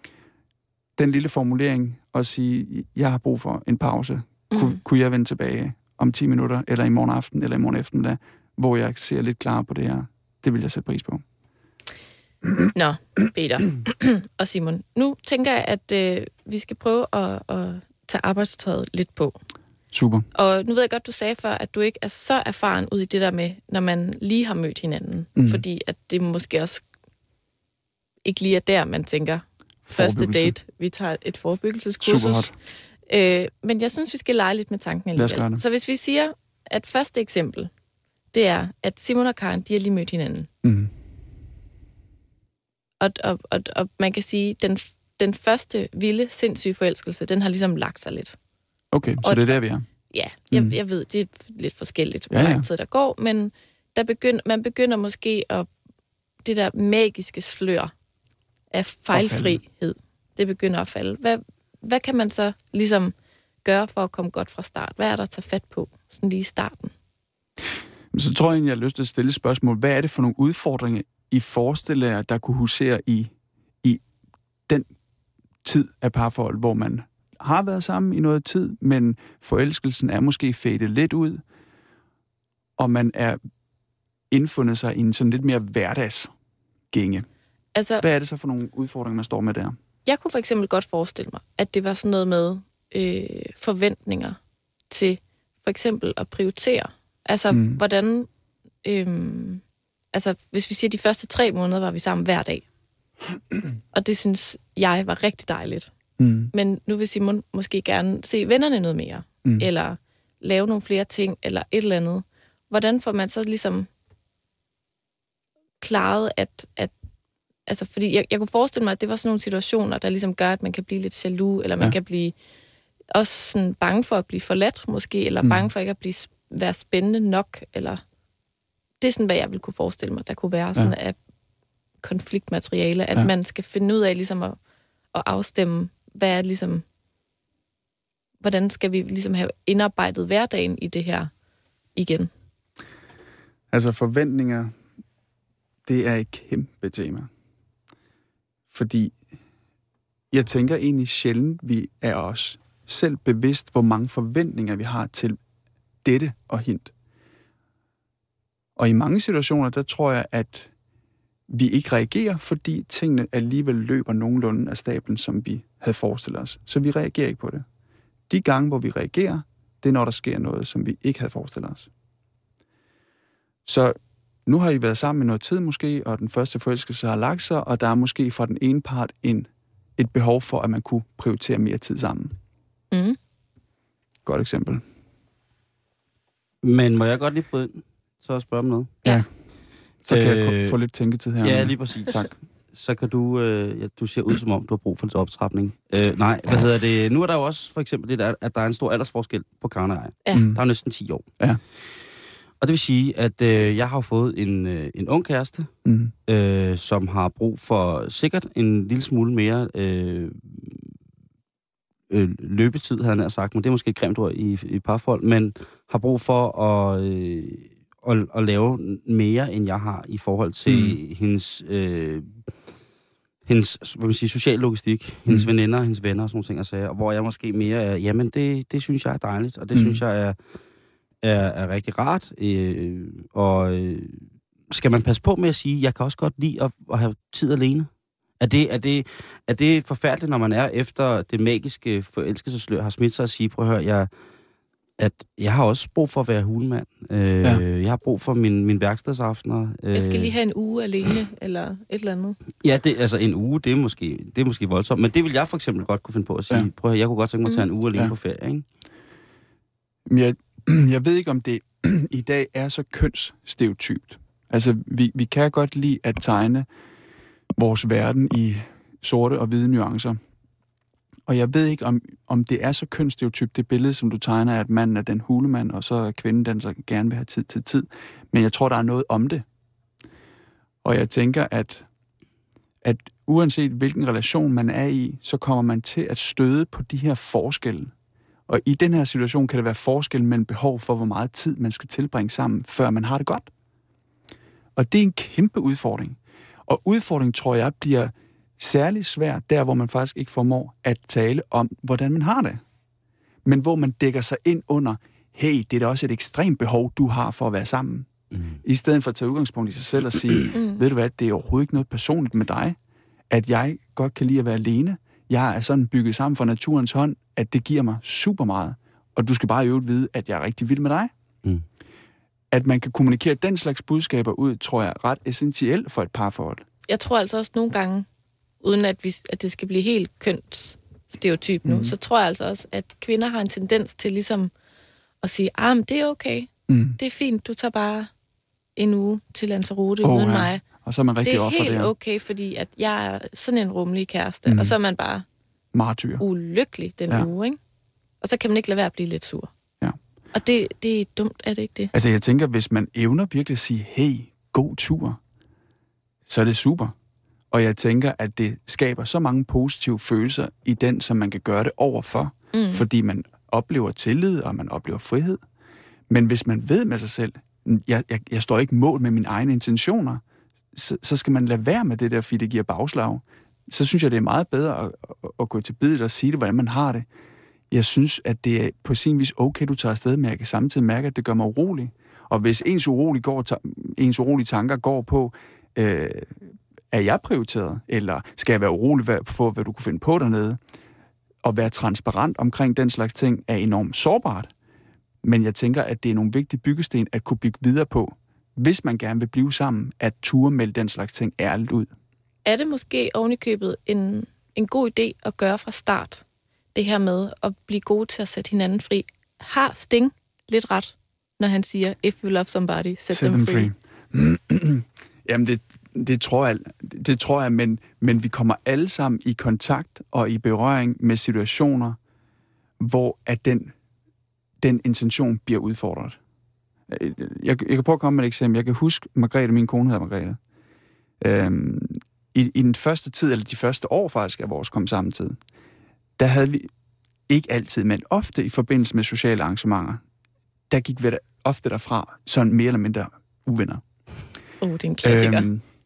S4: Den lille formulering at sige, jeg har brug for en pause, kunne jeg vende tilbage om 10 minutter, eller i morgen aften, eller i morgen eftermiddag, hvor jeg ser lidt klar på det her. Det vil jeg sætte pris på.
S2: Nå, Peter og Simon, nu tænker jeg, at vi skal prøve at tage arbejdstøjet lidt på.
S4: Super.
S2: Og nu ved jeg godt, du sagde før, at du ikke er så erfaren ud i det der med, når man lige har mødt hinanden. Fordi at det måske også ikke lige er der, man tænker, første date, vi tager et forebyggelseskursus.
S4: Super hot.
S2: Men jeg synes, vi skal lege lidt med tanken alligevel. Så hvis vi siger, at første eksempel, det er, at Simon og Karen, de har lige mødt hinanden. Og man kan sige, den første vilde, sindssyge forelskelse, den har ligesom lagt sig lidt.
S4: Okay, så det er der, vi er.
S2: Ja, jeg ved, det er lidt forskelligt, hvor lang tid der går, men man begynder måske at det der magiske slør af fejlfrihed, det begynder at falde. Hvad kan man så ligesom gøre for at komme godt fra start? Hvad er der at tage fat på, sådan lige i starten?
S4: Så tror jeg, jeg har lyst til at stille et spørgsmål. Hvad er det for nogle udfordringer, I forestiller jer, der kunne husere i den tid af parforhold, hvor man har været sammen i noget tid, men forelskelsen er måske fadet lidt ud, og man er indfundet sig i en sådan lidt mere hverdagsgænge. Altså, hvad er det så for nogle udfordringer, man står med der?
S2: Jeg kunne for eksempel godt forestille mig, at det var sådan noget med forventninger til for eksempel at prioritere. Altså, hvordan... altså, hvis vi siger, de første 3 måneder var vi sammen hver dag. Og det synes jeg var rigtig dejligt. Men nu vil Simon måske gerne se vennerne noget mere. Eller lave nogle flere ting, eller et eller andet. Hvordan får man så ligesom klaret, at altså, fordi jeg kunne forestille mig, at det var sådan nogle situationer, der ligesom gør, at man kan blive lidt jaloux, eller man kan blive også sådan bange for at blive forladt, måske, eller bange for ikke at være spændende nok, eller... Det er sådan, hvad jeg ville kunne forestille mig, der kunne være sådan af konfliktmateriale, at man skal finde ud af ligesom at afstemme, hvad er ligesom... Hvordan skal vi ligesom have indarbejdet hverdagen i det her igen?
S4: Altså forventninger Det er et kæmpe tema. Fordi jeg tænker egentlig sjældent, vi er os selv bevidst, hvor mange forventninger vi har til dette og hint. Og i mange situationer, der tror jeg, at vi ikke reagerer, fordi tingene alligevel løber nogenlunde af stablen, som vi havde forestillet os. Så vi reagerer ikke på det. De gange, hvor vi reagerer, det er, når der sker noget, som vi ikke havde forestillet os. Så nu har I været sammen med noget tid måske, og den første forelskelse har lagt sig, og der er måske fra den ene part et behov for, at man kunne prioritere mere tid sammen.
S2: Mm.
S3: Godt eksempel. Men må jeg godt lige bryde ind, så og spørge om noget?
S4: Ja. Så kan jeg få lidt tænketid her.
S3: Ja, lige præcis. Tak. Så kan du, du ser ud som om, du har brug for lidt optrapning. Nej, hvad hedder det? Nu er der jo også for eksempel det der, at der er en stor aldersforskel på Karen og jeg.
S2: Ja.
S3: Der er næsten 10 år.
S4: Ja.
S3: Og det vil sige, at jeg har fået en ung kæreste, som har brug for sikkert en lille smule mere løbetid, havde han sagt, men det er måske et grimt ord i parforhold, men har brug for at lave mere, end jeg har i forhold til hendes hvad man siger, social logistik, hendes veninder, hendes venner og sådan nogle ting og sager, hvor jeg måske mere er, jamen det synes jeg er dejligt, og det synes jeg er rigtig rart, og skal man passe på med at sige, jeg kan også godt lide at have tid alene? Er det forfærdeligt, når man er efter det magiske forelskelseslør har smidt sig at sige, prøv at høre, jeg har også brug for at være hulemand. Jeg har brug for min værkstedsaftener.
S2: Jeg skal lige have en uge alene, eller et eller andet.
S3: Ja, altså en uge, det er måske voldsomt, men det vil jeg for eksempel godt kunne finde på at sige, prøv at høre, jeg kunne godt tænke mig at tage en uge alene på ferie, ikke?
S4: Jeg ved ikke, om det i dag er så kønsstereotypt. Altså, vi kan godt lide at tegne vores verden i sorte og hvide nuancer. Og jeg ved ikke, om det er så kønsstereotypt, det billede, som du tegner, at manden er den hulemand, og så er kvinden den, der gerne vil have tid til tid. Men jeg tror, der er noget om det. Og jeg tænker, at uanset hvilken relation man er i, så kommer man til at støde på de her forskelle. Og i den her situation kan det være forskel mellem behov for, hvor meget tid man skal tilbringe sammen, før man har det godt. Og det er en kæmpe udfordring. Og udfordringen, tror jeg, bliver særlig svært der, hvor man faktisk ikke formår at tale om, hvordan man har det. Men hvor man dækker sig ind under, hey, det er da også et ekstremt behov, du har for at være sammen. I stedet for at tage udgangspunkt i sig selv og sige, ved du hvad, det er overhovedet ikke noget personligt med dig, at jeg godt kan lide at være alene. Jeg er sådan bygget sammen for naturens hånd, at det giver mig super meget. Og du skal bare i øvrigt vide, at jeg er rigtig vild med dig. At man kan kommunikere den slags budskaber ud, tror jeg er ret essentielt for et parforhold.
S2: Jeg tror altså også nogle gange, uden at det skal blive helt kønsstereotyp nu, så tror jeg altså også, at kvinder har en tendens til ligesom at sige, men det er okay. Det er fint, du tager bare en uge til Lanzarote uden mig.
S4: Og så er man rigtig offer der.
S2: Det er helt okay, fordi at jeg er sådan en rummelig kæreste, og så er man bare
S4: martyr.
S2: Ulykkelig den uge, ikke? Og så kan man ikke lade være at blive lidt sur. Ja. Og det er dumt, er det ikke det?
S4: Altså jeg tænker, hvis man evner virkelig at sige, hey, god tur, så er det super. Og jeg tænker, at det skaber så mange positive følelser i den, som man kan gøre det overfor. Fordi man oplever tillid, og man oplever frihed. Men hvis man ved med sig selv, jeg står ikke mål med mine egne intentioner, så skal man lade være med det der, fordi det giver bagslag. Så synes jeg, det er meget bedre at gå til biddet og sige det, hvordan man har det. Jeg synes, at det er på sin vis okay, du tager afsted, men jeg kan samtidig mærke, at det gør mig urolig. Og hvis ens urolige tanker går på, er jeg prioriteret, eller skal jeg være urolig for, hvad du kunne finde på dernede? Og være transparent omkring den slags ting er enormt sårbart. Men jeg tænker, at det er nogle vigtige byggesten at kunne bygge videre på, hvis man gerne vil blive sammen, at ture melde den slags ting ærligt ud.
S2: Er det måske ovenikøbet en god idé at gøre fra start, det her med at blive gode til at sætte hinanden fri? Har Sting lidt ret, når han siger, if you love somebody, set them free?
S4: Jamen, det tror jeg, men vi kommer alle sammen i kontakt og i berøring med situationer, hvor at den intention bliver udfordret. Jeg kan prøve at komme med et eksempel. Jeg kan huske Margrethe, min kone hedder Margrethe. I den første tid, eller de første år faktisk af vores kom sammen tid, der havde vi ikke altid, men ofte i forbindelse med sociale arrangementer, der gik vi ofte derfra sådan mere eller mindre uvenner.
S2: Det er en klassiker.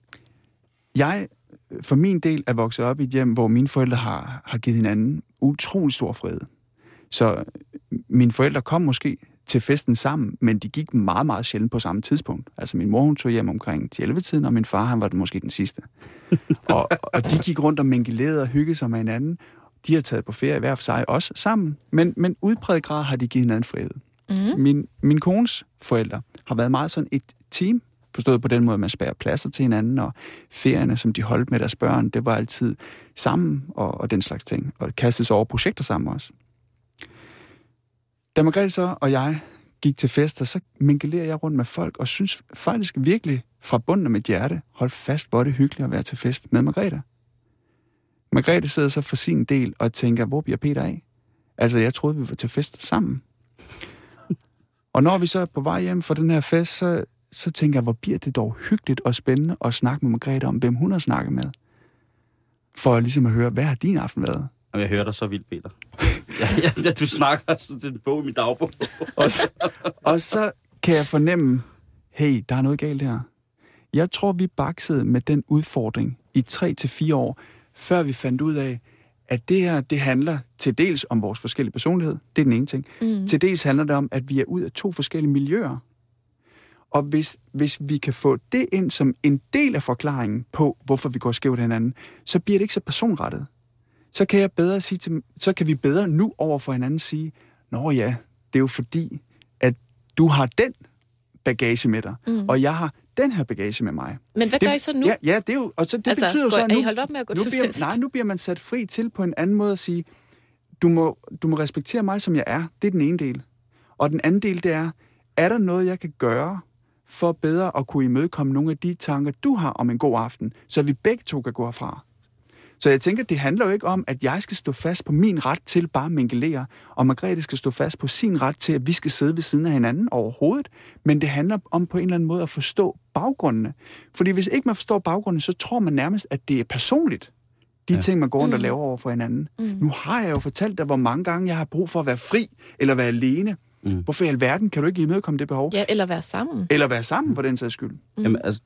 S4: for min del er vokset op i et hjem, hvor mine forældre har givet hinanden utrolig stor frihed. Så mine forældre kom måske til festen sammen, men de gik meget, meget sjældent på samme tidspunkt. Altså min mor, hun tog hjem omkring 11-tiden, og min far, han var måske den sidste. og de gik rundt og mingelerede og hyggede sig med hinanden. De har taget på ferie hver for sig, også sammen, men udpræget grad har de givet hinanden frihed. Min kones forældre har været meget sådan et team, forstået på den måde, at man spærrer pladser til hinanden, og ferierne, som de holdt med deres børn, det var altid sammen, og den slags ting. Og det kastes over projekter sammen også. Da Margrethe så og jeg gik til fester, så minglerer jeg rundt med folk, og synes faktisk virkelig fra bunden af mit hjerte, hold fast, hvor det hyggeligt at være til fest med Margrethe. Margrethe sidder så for sin del og tænker, hvor bliver Peter af? Altså, jeg troede, vi var til fest sammen. Og når vi så er på vej hjem fra den her fest, så tænker jeg, hvor bliver det dog hyggeligt og spændende at snakke med Margrethe om, hvem hun har snakket med. For ligesom at høre, hvad har din aften været?
S3: Jeg hører dig så vildt, Peter. Ja, du snakker sådan til en bog i min dagbog.
S4: og så kan jeg fornemme, hey, der er noget galt her. Jeg tror, vi baksede med den udfordring i 3-4 år, før vi fandt ud af, at det her, det handler til dels om vores forskellige personlighed. Det er den ene ting. Til dels handler det om, at vi er ud af 2 forskellige miljøer. Og hvis vi kan få det ind som en del af forklaringen på, hvorfor vi går skævt hinanden, så bliver det ikke så personrettet. Så kan vi bedre nu over for hinanden sige, nå ja, det er jo fordi, at du har den bagage med dig, og jeg har den her bagage med mig.
S2: Men hvad gør I så nu?
S4: Ja, det er jo, og så det altså, betyder så, at
S2: I holdt op med at gå til fest?
S4: Nu bliver man sat fri til på en anden måde at sige, du må respektere mig, som jeg er. Det er den ene del. Og den anden del, det er der noget, jeg kan gøre, for bedre at kunne imødekomme nogle af de tanker, du har om en god aften, så vi begge to kan gå herfra. Så jeg tænker, det handler jo ikke om, at jeg skal stå fast på min ret til bare at mingelere, og Margrethe skal stå fast på sin ret til, at vi skal sidde ved siden af hinanden overhovedet, men det handler om på en eller anden måde at forstå baggrundene. Fordi hvis ikke man forstår baggrundene, så tror man nærmest, at det er personligt, de ting, man går rundt og laver over for hinanden. Nu har jeg jo fortalt dig, hvor mange gange jeg har brug for at være fri, eller være alene. Hvorfor i alverden kan du ikke imødekomme det behov?
S2: Ja, eller være sammen.
S4: Eller være sammen, for den sags skyld.
S3: Jamen, altså,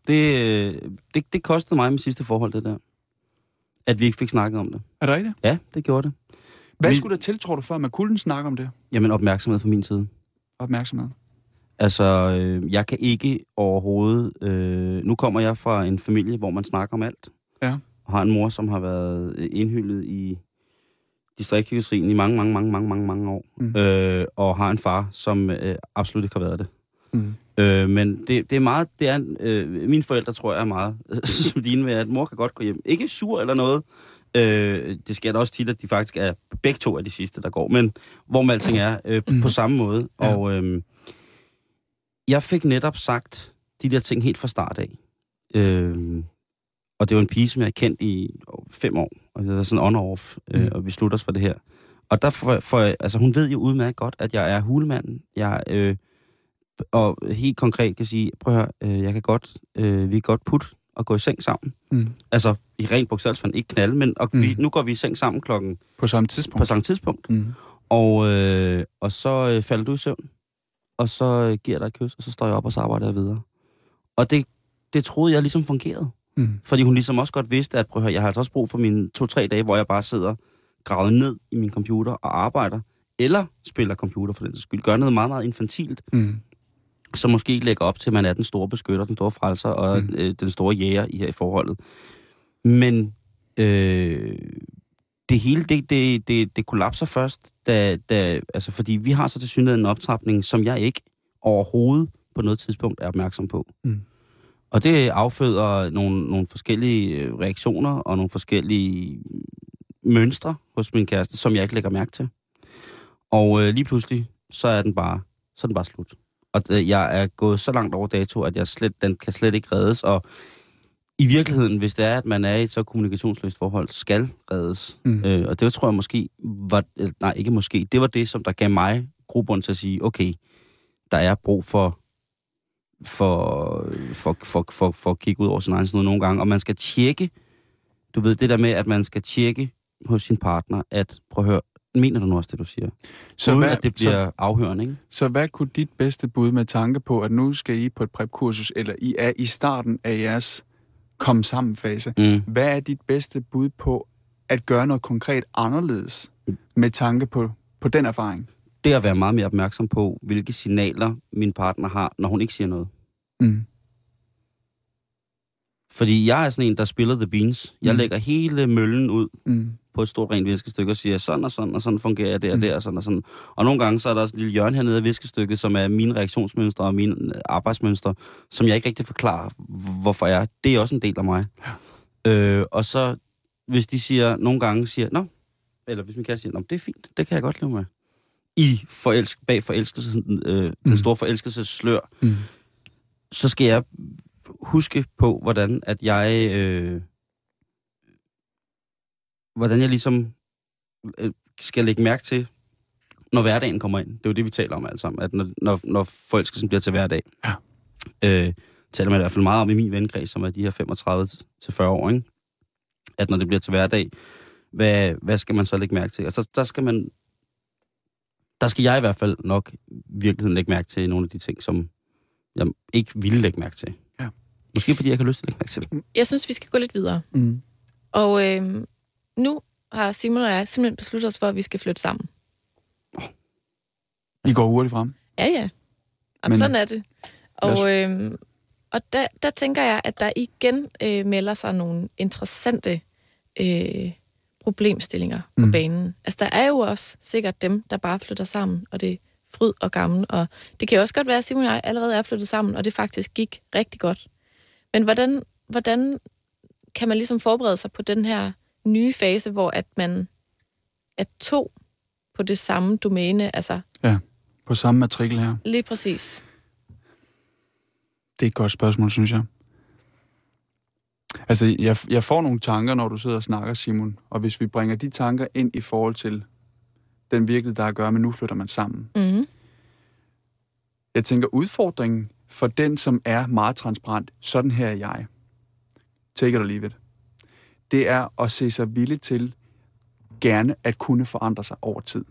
S3: det kostede mig i mit sidste forhold, det der. At vi ikke fik snakket om det.
S4: Er det rigtigt?
S3: Ja, det gjorde det.
S4: Hvad skulle der til, tror du, for at man kunne snakke om det?
S3: Jamen, opmærksomhed fra min side.
S4: Opmærksomhed?
S3: Altså, jeg kan ikke overhovedet... nu kommer jeg fra en familie, hvor man snakker om alt.
S4: Ja.
S3: Og har en mor, som har været indhyldet i distriktspsykiatrien i mange år. Og har en far, som absolut ikke har været det. Men det er meget... mine forældre, tror jeg, er meget som dine med, at mor kan godt gå hjem. Ikke sur eller noget. Det sker da også tit, at de faktisk er begge to af de sidste, der går. Men hvor man alting er på samme måde. Ja. Og jeg fik netop sagt de der ting helt fra start af. Og det var en pige, som jeg har kendt i 5 år. Og det var sådan on-off, og vi slutter os for det her. Og der altså hun ved jo udmærket godt, at jeg er hulemanden. Og helt konkret kan sige, prøv at høre, jeg kan godt, vi kan godt putte og gå i seng sammen. Altså, i rent bogstaveligt ikke knalde, men nu går vi i seng sammen klokken...
S4: På samme tidspunkt.
S3: Og så falder du i søvn, og så giver dig et kys, og så står jeg op, og så arbejder jeg videre. Og det troede jeg ligesom fungerede. Fordi hun ligesom også godt vidste, at prøv at høre, jeg har altså også brug for mine 2-3 dage, hvor jeg bare sidder gravet ned i min computer og arbejder, eller spiller computer for den skyld. Gør noget meget, meget infantilt, som måske ikke lægger op til, at man er den store beskytter, den store frelser og den store jæger i her i forholdet. Men det hele, det kollapser først, altså fordi vi har så tilsyneladende en optrapning, som jeg ikke overhovedet på noget tidspunkt er opmærksom på. Og det afføder nogle forskellige reaktioner og nogle forskellige mønstre hos min kæreste, som jeg ikke lægger mærke til. Og lige pludselig, så er den bare slut. Og jeg er gået så langt over dato, at den kan slet ikke reddes. Og i virkeligheden, hvis det er, at man er i et så kommunikationsløst forhold, skal reddes. Og det tror jeg måske det var det, som der gav mig grobund til at sige, okay, der er brug for at kigge ud over sin egen sådan nogle gange. Og man skal tjekke, du ved det der med, at man skal tjekke hos sin partner, at prøv at høre, mener du nu også det, du siger? Uden at det bliver afhørende, ikke?
S4: Så hvad kunne dit bedste bud med tanke på, at nu skal I på et prep-kursus, eller I er i starten af jeres komme sammen fase. Hvad er dit bedste bud på at gøre noget konkret anderledes med tanke på den erfaring?
S3: Det at være meget mere opmærksom på, hvilke signaler min partner har, når hun ikke siger noget. Fordi jeg er sådan en, der spiller the beans. Jeg lægger hele møllen ud på et stort rent viskestykke og siger, sådan og sådan, og sådan fungerer jeg der og der, og sådan og sådan. Og nogle gange så er der også et lille hjørne hernede af viskestykket, som er mine reaktionsmønstre og mine arbejdsmønstre, som jeg ikke rigtig forklarer, hvorfor jeg er. Det er også en del af mig. Ja. Og så, hvis de siger, nogle gange siger, nå, eller hvis min kæreste siger, nå, det er fint, det kan jeg godt leve med. Bag forelskelse, den store forelskelseslør, så skal jeg huske på, hvordan jeg ligesom skal lægge mærke til, når hverdagen kommer ind. Det er jo det, vi taler om alle sammen, at når forelskelsen bliver til hverdag. Ja. Taler man i hvert fald meget om i min venkreds, som er de her 35-40 år, ikke? At når det bliver til hverdag, hvad skal man så lægge mærke til? Altså, der skal jeg i hvert fald nok virkelig lægge mærke til nogle af de ting, som jeg ikke ville lægge mærke til. Ja. Måske fordi jeg ikke har lyst til at lægge mærke til dem.
S2: Jeg synes, vi skal gå lidt videre. Og nu har Simon og jeg simpelthen besluttet os for, at vi skal flytte sammen.
S4: I går hurtigt frem?
S2: Ja. Men sådan er det. Og der tænker jeg, at der igen melder sig nogle interessante problemstillinger på banen. Altså, der er jo også sikkert dem, der bare flytter sammen, og det er fryd og gammel. Og det kan jo også godt være, at Simon og jeg allerede er flyttet sammen, og det faktisk gik rigtig godt. Men hvordan kan man ligesom forberede sig på den her nye fase, hvor at man er to på det samme domæne? Altså,
S4: ja, på samme matrikel her.
S2: Lige præcis.
S4: Det er et godt spørgsmål, synes jeg. Altså, jeg får nogle tanker, når du sidder og snakker, Simon. Og hvis vi bringer de tanker ind i forhold til den virkelighed, der har at gøre med, nu flytter man sammen. Jeg tænker, udfordringen for den, som er meget transparent, sådan her er jeg. Take it or leave it. Det er at se sig villig til gerne at kunne forandre sig over tid.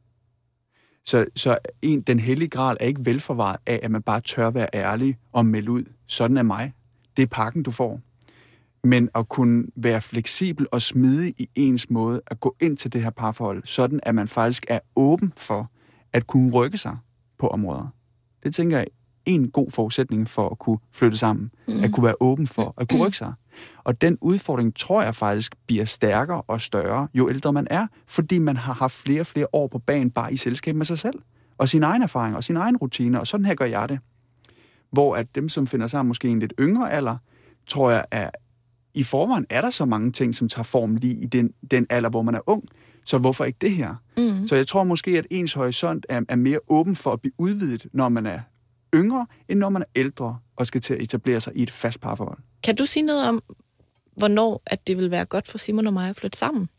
S4: Så den hellige gral er ikke velforvaret af, at man bare tør være ærlig og melde ud. Sådan er mig. Det er pakken, du får. Men at kunne være fleksibel og smidig i ens måde at gå ind til det her parforhold, sådan at man faktisk er åben for at kunne rykke sig på områder. Det tænker jeg er en god forudsætning for at kunne flytte sammen. At kunne være åben for at kunne rykke sig. Og den udfordring, tror jeg faktisk, bliver stærkere og større, jo ældre man er, fordi man har haft flere og flere år på banen bare i selskab med sig selv. Og sin egen erfaring og sin egen rutiner, og sådan her gør jeg det. Hvor at dem, som finder sammen måske i en lidt yngre alder, tror jeg, at i forvejen er der så mange ting, som tager form lige i den alder, hvor man er ung. Så hvorfor ikke det her? Så jeg tror måske, at ens horisont er mere åben for at blive udvidet, når man er yngre, end når man er ældre og skal til at etablere sig i et fast parforhold.
S2: Kan du sige noget om, hvornår at det vil være godt for Simon og mig at flytte sammen?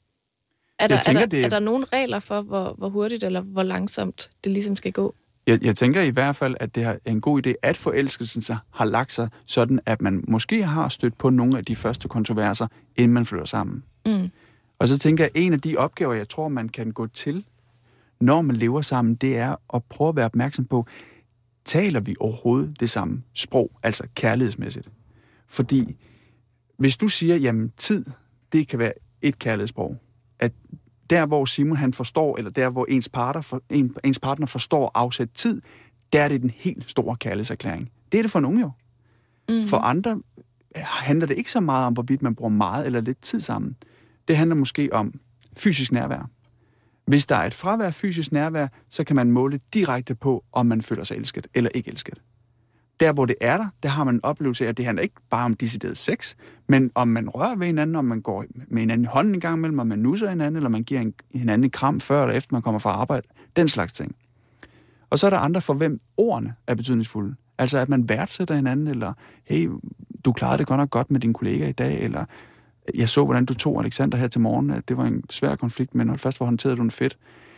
S2: Er der nogle regler for, hvor hurtigt eller hvor langsomt det ligesom skal gå?
S4: Jeg tænker i hvert fald, at det er en god idé, at forelskelsen så har lagt sig sådan, at man måske har stødt på nogle af de første kontroverser, inden man flytter sammen. Og så tænker jeg, at en af de opgaver, jeg tror, man kan gå til, når man lever sammen, det er at prøve at være opmærksom på, taler vi overhovedet det samme sprog, altså kærlighedsmæssigt? Fordi hvis du siger, jamen tid, det kan være et kærlighedssprog, at der hvor Simon han forstår, eller der hvor ens partner forstår at afsætte tid, der er det den helt store kærlighedserklæring. Det er det for nogen jo. For andre handler det ikke så meget om, hvorvidt man bruger meget eller lidt tid sammen. Det handler måske om fysisk nærvær. Hvis der er et fravær af fysisk nærvær, så kan man måle direkte på, om man føler sig elsket eller ikke elsket. Der, hvor det er der har man en oplevelse af, at det handler ikke bare om decideret sex, men om man rører ved hinanden, om man går med hinanden i hånden en gang imellem, om man nusser hinanden, eller man giver hinanden en kram før eller efter man kommer fra arbejde. Den slags ting. Og så er der andre, for hvem ordene er betydningsfulde. Altså, at man værdsætter hinanden, eller hey, du klarede det godt nok godt med din kollega i dag, eller jeg så, hvordan du tog Alexander her til morgen. Det var en svær konflikt, men hold fast, hvor håndterede du den fedt.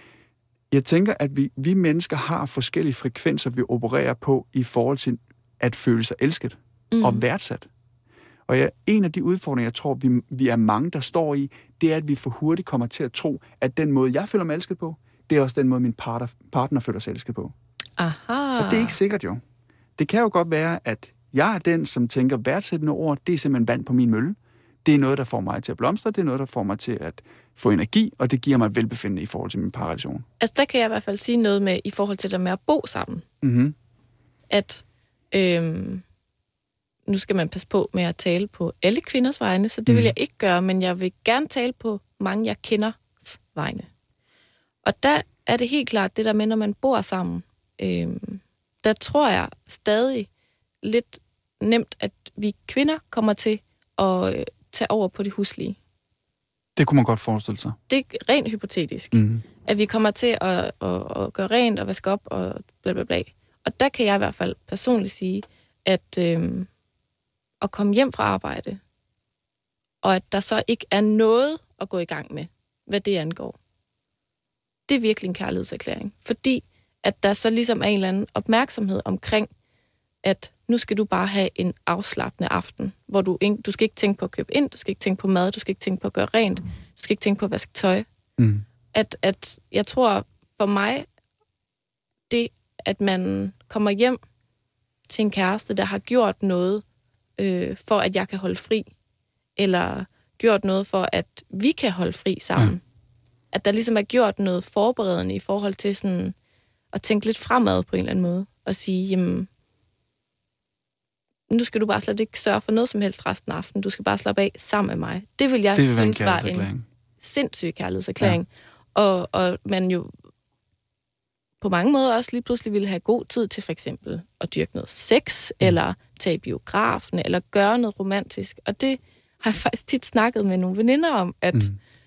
S4: Jeg tænker, at vi mennesker har forskellige frekvenser, vi opererer på i forhold til at føle sig elsket og værdsat. Og en af de udfordringer, jeg tror, vi er mange, der står i, det er, at vi for hurtigt kommer til at tro, at den måde, jeg føler mig elsket på, det er også den måde, min partner føler sig elsket på.
S2: Aha.
S4: Og det er ikke sikkert jo. Det kan jo godt være, at Jeg er den, som tænker, værdsættende ord, det er simpelthen vand på min mølle. Det er noget, der får mig til at blomstre, det er noget, der får mig til at få energi, og det giver mig et velbefindende i forhold til min parrelation.
S2: Altså, der kan jeg i hvert fald sige noget med, i forhold til det med at bo sammen.
S4: Mm-hmm.
S2: At nu skal man passe på med at tale på alle kvinders vegne, så det vil jeg ikke gøre, men jeg vil gerne tale på mange, jeg kender vegne. Og der er det helt klart det der med, når man bor sammen, der tror jeg stadig lidt nemt, at vi kvinder kommer til at tage over på det huslige.
S4: Det kunne man godt forestille sig.
S2: Det er rent hypotetisk. At vi kommer til at gøre rent og vaske op og bla bla bla. Og der kan jeg i hvert fald personligt sige, at at komme hjem fra arbejde, og at der så ikke er noget at gå i gang med, hvad det angår. Det er virkelig en kærlighedserklæring. Fordi at der så ligesom er en eller anden opmærksomhed omkring, at nu skal du bare have en afslappende aften, hvor du skal ikke tænke på at købe ind, du skal ikke tænke på mad, du skal ikke tænke på at gøre rent, du skal ikke tænke på at vaske tøj. At jeg tror for mig, det at man kommer hjem til en kæreste, der har gjort noget for, at jeg kan holde fri, eller gjort noget for, at vi kan holde fri sammen. At der ligesom er gjort noget forberedende i forhold til sådan at tænke lidt fremad på en eller anden måde, og sige, jamen, nu skal du bare slet ikke sørge for noget som helst resten af aftenen, du skal bare slappe af sammen med mig. Det vil jeg synes var en sindssyg kærlighedserklæring. Ja. Og man jo på mange måder også lige pludselig ville have god tid til for eksempel at dyrke noget sex, eller tage i biografen, eller gøre noget romantisk. Og det har jeg faktisk tit snakket med nogle veninder om, at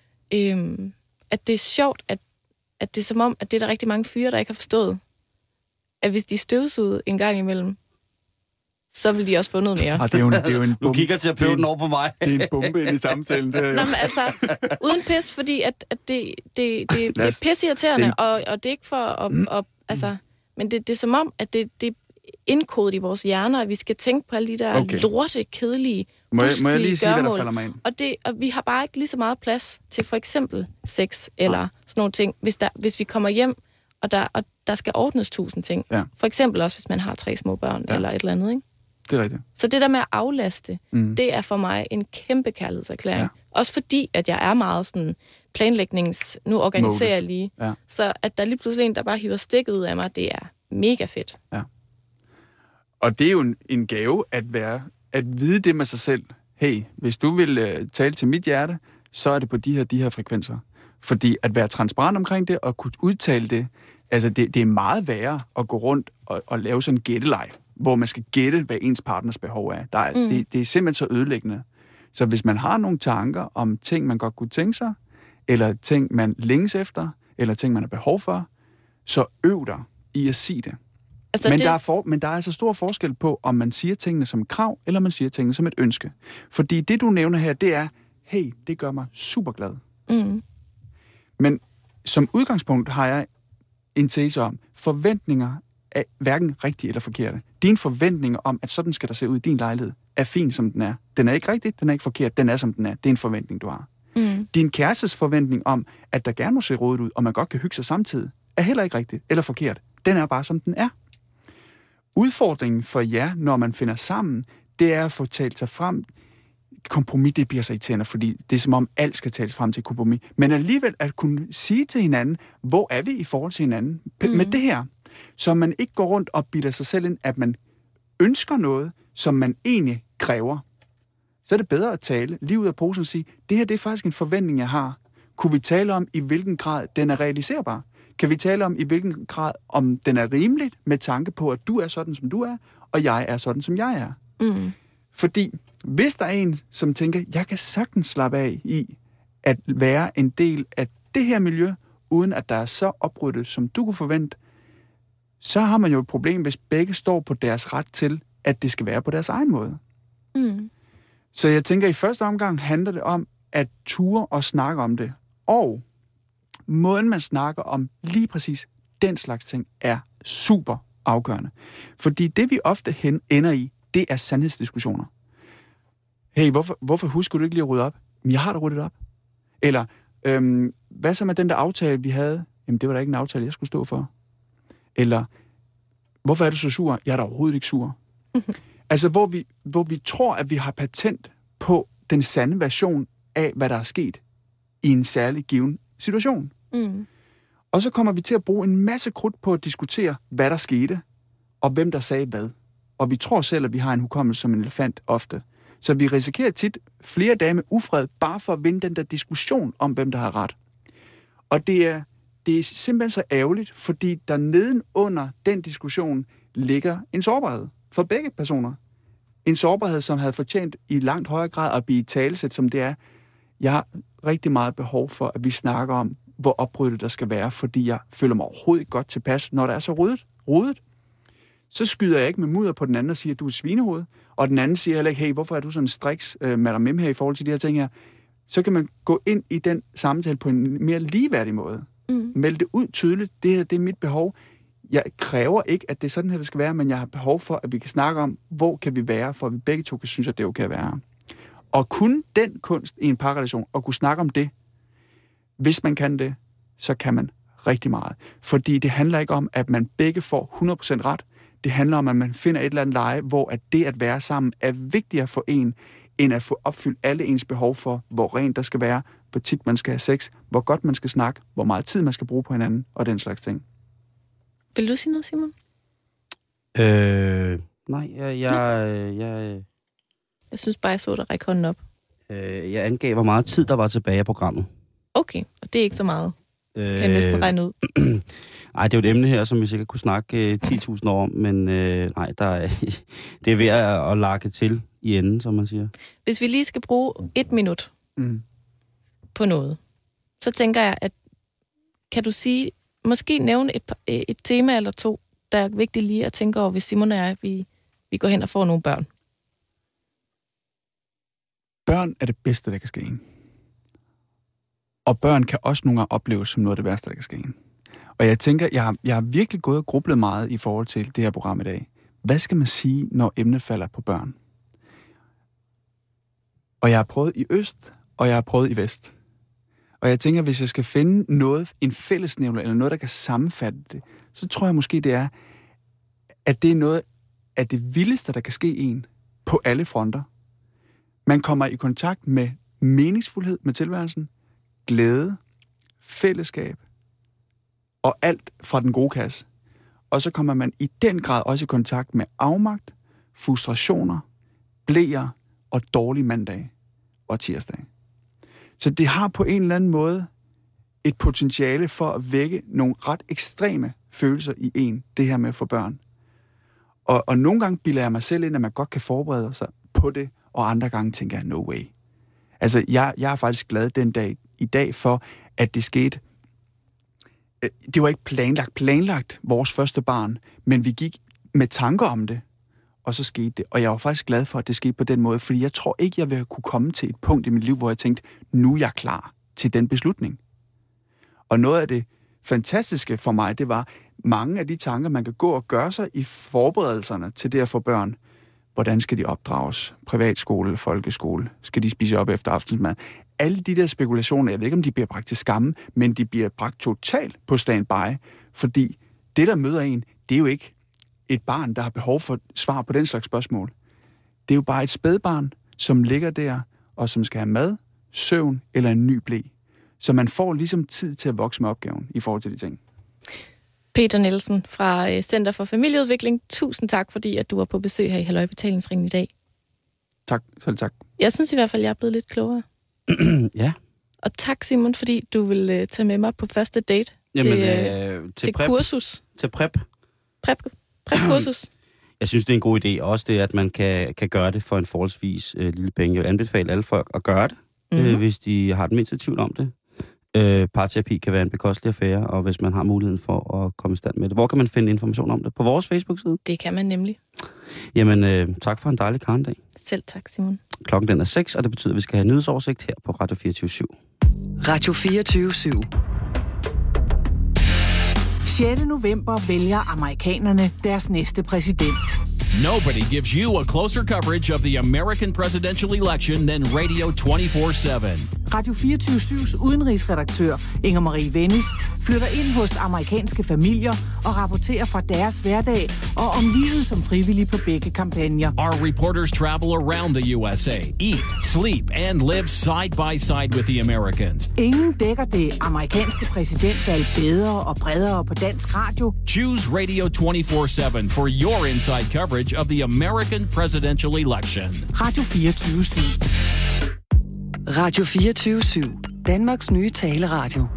S2: det er sjovt, at det er som om, at det er der rigtig mange fyre, der ikke har forstået. At hvis de støvsugede en gang imellem, så vil de også få noget mere.
S4: Det er jo en bombe.
S3: Du kigger til at prøve den over på mig.
S4: Det er en bombe ind i samtalen. Det er jo.
S2: Nå, men altså, uden pis, fordi at det er pisseirriterende, og det er ikke for at altså, men det er som om, at det er indkodet i vores hjerner, at vi skal tænke på alle de der lorte, kedelige,
S4: må jeg lige sige, hvad der
S2: gørmål.
S4: falder mig ind?
S2: Og vi har bare ikke lige så meget plads til for eksempel sex, eller sådan nogle ting, hvis vi kommer hjem, og der skal ordnes 1000 ting. Ja. For eksempel også, hvis man har 3 små børn, eller et eller andet, ikke?
S4: Det er rigtigt.
S2: Så det der med at aflaste, det er for mig en kæmpe kærlighedserklæring. Ja. Også fordi, at jeg er meget sådan nu organiserer jeg lige. Ja. Så at der lige pludselig en, der bare hiver stikket ud af mig, det er mega fedt. Ja.
S4: Og det er jo en gave at vide det med sig selv. Hey, hvis du vil tale til mit hjerte, så er det på de her frekvenser. Fordi at være transparent omkring det, og kunne udtale det, altså det er meget værre at gå rundt og lave sådan en gætteleg, hvor man skal gætte, hvad ens partners behov er. Det er simpelthen så ødelæggende. Så hvis man har nogle tanker om ting, man godt kunne tænke sig, eller ting, man længes efter, eller ting, man har behov for, så øv dig i at sige det. Altså men der er altså stor forskel på, om man siger tingene som et krav, eller man siger tingene som et ønske. Fordi det, du nævner her, det er, hey, det gør mig super glad. Men som udgangspunkt har jeg en tese om, forventninger er hverken rigtige eller forkerte. Dine forventninger om, at sådan skal der se ud i din lejlighed, er fin, som den er. Den er ikke rigtig, den er ikke forkert, den er, som den er. Det er en forventning, du har. Din kærestes forventning om, at der gerne må se rodet ud, og man godt kan hygge sig samtidig, er heller ikke rigtigt eller forkert. Den er bare, som den er. Udfordringen for jer, når man finder sammen, det er at få talt sig frem. Kompromis, det bliver så irriterende, fordi det er som om alt skal tales frem til kompromis. Men alligevel at kunne sige til hinanden, hvor er vi i forhold til hinanden med det her, så man ikke går rundt og bilder sig selv ind, at man ønsker noget, som man egentlig kræver. Så er det bedre at tale lige ud af posen og sige, det her det er faktisk en forventning, jeg har. Kunne vi tale om, i hvilken grad den er realiserbar? Kan vi tale om, i hvilken grad, om den er rimeligt med tanke på, at du er sådan, som du er, og jeg er sådan, som jeg er? Fordi hvis der er en, som tænker, jeg kan sagtens slappe af i at være en del af det her miljø, uden at der er så opryddet, som du kunne forvente, så har man jo et problem, hvis begge står på deres ret til, at det skal være på deres egen måde. Så jeg tænker, i første omgang handler det om at ture og snakke om det. Og måden, man snakker om lige præcis den slags ting, er super afgørende. Fordi det, vi ofte ender i, det er sandhedsdiskussioner. Hey, hvorfor husker du ikke lige at rydde op? Men jeg har da ryddet op. Eller, hvad så med den der aftale, vi havde? Jamen, det var da ikke en aftale, jeg skulle stå for. Eller, hvorfor er du så sur? Jeg er da overhovedet ikke sur. Altså, hvor vi tror, at vi har patent på den sande version af, hvad der er sket i en særlig given situation. Mm. Og så kommer vi til at bruge en masse krudt på at diskutere, hvad der skete, og hvem der sagde hvad. Og vi tror selv, at vi har en hukommelse som en elefant ofte. Så vi risikerer tit flere dage med ufred, bare for at vinde den der diskussion om, hvem der har ret. Og det er simpelthen så ærgerligt, fordi der nedenunder den diskussion ligger en sårbarhed for begge personer. En sårbarhed, som havde fortjent i langt højere grad at blive talesæt, som det er. Jeg har rigtig meget behov for, at vi snakker om, hvor opryddet der skal være, fordi jeg føler mig overhovedet ikke godt tilpas, når der er så rodet. Så skyder jeg ikke med mudder på den anden og siger, at du er svinehoved, og den anden siger heller ikke, hey, hvorfor er du sådan en striks Madame Mim her i forhold til de her ting her? Så kan man gå ind i den samtale på en mere ligeværdig måde. Meld det ud tydeligt, det her, det er mit behov. Jeg kræver ikke, at det er sådan her, det skal være, men jeg har behov for, at vi kan snakke om, hvor kan vi være, for at vi begge to kan synes, at det er okay at være. Og kun den kunst i en parrelation, og kunne snakke om det, hvis man kan det, så kan man rigtig meget. Fordi det handler ikke om, at man begge får 100% ret. Det handler om, at man finder et eller andet leje, hvor at det at være sammen er vigtigere for en, end at få opfyldt alle ens behov for, hvor rent der skal være, hvor tit man skal have sex, hvor godt man skal snakke, hvor meget tid man skal bruge på hinanden, og den slags ting.
S2: Vil du sige noget, Simon?
S3: Nej,
S2: jeg synes bare, jeg så dig række hånden op.
S3: Jeg angav, hvor meget tid der var tilbage af programmet. Okay,
S2: og det er ikke så meget. Kan jeg næsten regne ud.
S3: Nej, det er jo et emne her, som vi sikkert kunne snakke 10.000 år om, men nej, det er ved at lakke til i enden, som man siger.
S2: Hvis vi lige skal bruge 1 minut på noget, så tænker jeg, at kan du sige, måske nævne et tema eller to, der er vigtigt lige at tænke over, hvis Simon og jeg, vi går hen og får nogle børn.
S4: Børn er det bedste, der kan ske. Og børn kan også nogle gange opleves som noget af det værste, der kan ske. Og jeg tænker, jeg har virkelig gået og grublet meget i forhold til det her program i dag. Hvad skal man sige, når emnet falder på børn? Og jeg har prøvet i øst, og jeg har prøvet i vest. Og jeg tænker, hvis jeg skal finde noget, en fællesnævner, eller noget, der kan sammenfatte det, så tror jeg måske, det er, at det er noget af det vildeste, der kan ske en på alle fronter. Man kommer i kontakt med meningsfuldhed med tilværelsen, glæde, fællesskab og alt fra den gode kasse. Og så kommer man i den grad også i kontakt med afmagt, frustrationer, bleer og dårlige mandage og tirsdag. Så det har på en eller anden måde et potentiale for at vække nogle ret ekstreme følelser i en, det her med at få børn. Og nogle gange bilder jeg mig selv ind, at man godt kan forberede sig på det, og andre gange tænker jeg, no way. Altså, jeg er faktisk glad den dag i dag for, at det skete. Det var ikke planlagt vores første barn, men vi gik med tanker om det, og så skete det. Og jeg var faktisk glad for, at det skete på den måde, fordi jeg tror ikke, jeg vil kunne komme til et punkt i mit liv, hvor jeg tænkte, nu er jeg klar til den beslutning. Og noget af det fantastiske for mig, det var mange af de tanker, man kan gå og gøre sig i forberedelserne til det at få børn. Hvordan skal de opdrages? Privatskole eller folkeskole? Skal de spise op efter aftensmad? Alle de der spekulationer, jeg ved ikke, om de bliver bragt til skamme, men de bliver bragt totalt på standby, fordi det, der møder en, det er jo ikke et barn, der har behov for svar på den slags spørgsmål. Det er jo bare et spædbarn, som ligger der, og som skal have mad, søvn eller en ny ble. Så man får ligesom tid til at vokse med opgaven i forhold til de ting.
S2: Peter Nielsen fra Center for Familieudvikling. Tusind tak, fordi at du var på besøg her i Halløj Betalingsringen i dag.
S4: Tak, selv tak.
S2: Jeg synes i hvert fald, jeg er blevet lidt klogere.
S3: Ja.
S2: Og tak, Simon, fordi du vil tage med mig på første date til
S3: prep,
S2: kursus.
S3: Til prep.
S2: Prep-kursus.
S3: Jeg synes, det er en god idé. Også det, at man kan gøre det for en forholdsvis lille penge. Jeg vil anbefale alle folk at gøre det, hvis de har den mindste tvivl om det. Parterapi kan være en bekostelig affære, og hvis man har muligheden for at komme i stand med det. Hvor kan man finde information om det? På vores Facebook-side?
S2: Det kan man nemlig.
S3: Jamen, tak for en dejlig karndag.
S2: Selv tak, Simon.
S3: Klokken den er 6, og det betyder, at vi skal have nyhedsoversigt her på Radio 24/7.
S5: Radio 24/7. 6. november vælger amerikanerne deres næste præsident.
S6: Nobody gives you a closer coverage of the American presidential election than Radio 24/7.
S5: Radio 24/7's udenrigsredaktør Inger Marie Wennis flytter ind hos amerikanske familier og rapporterer fra deres hverdag og om livet som frivillig på begge kampagner.
S6: Our reporters travel around the USA, eat, sleep and live side by side with the Americans.
S5: Ingen dækker det amerikanske præsidentvalg bedre og bredere på dansk radio.
S6: Choose Radio 24/7 for your inside coverage of the American presidential election.
S5: Radio 24/7.
S7: Radio 24/7. Danmarks nye taleradio.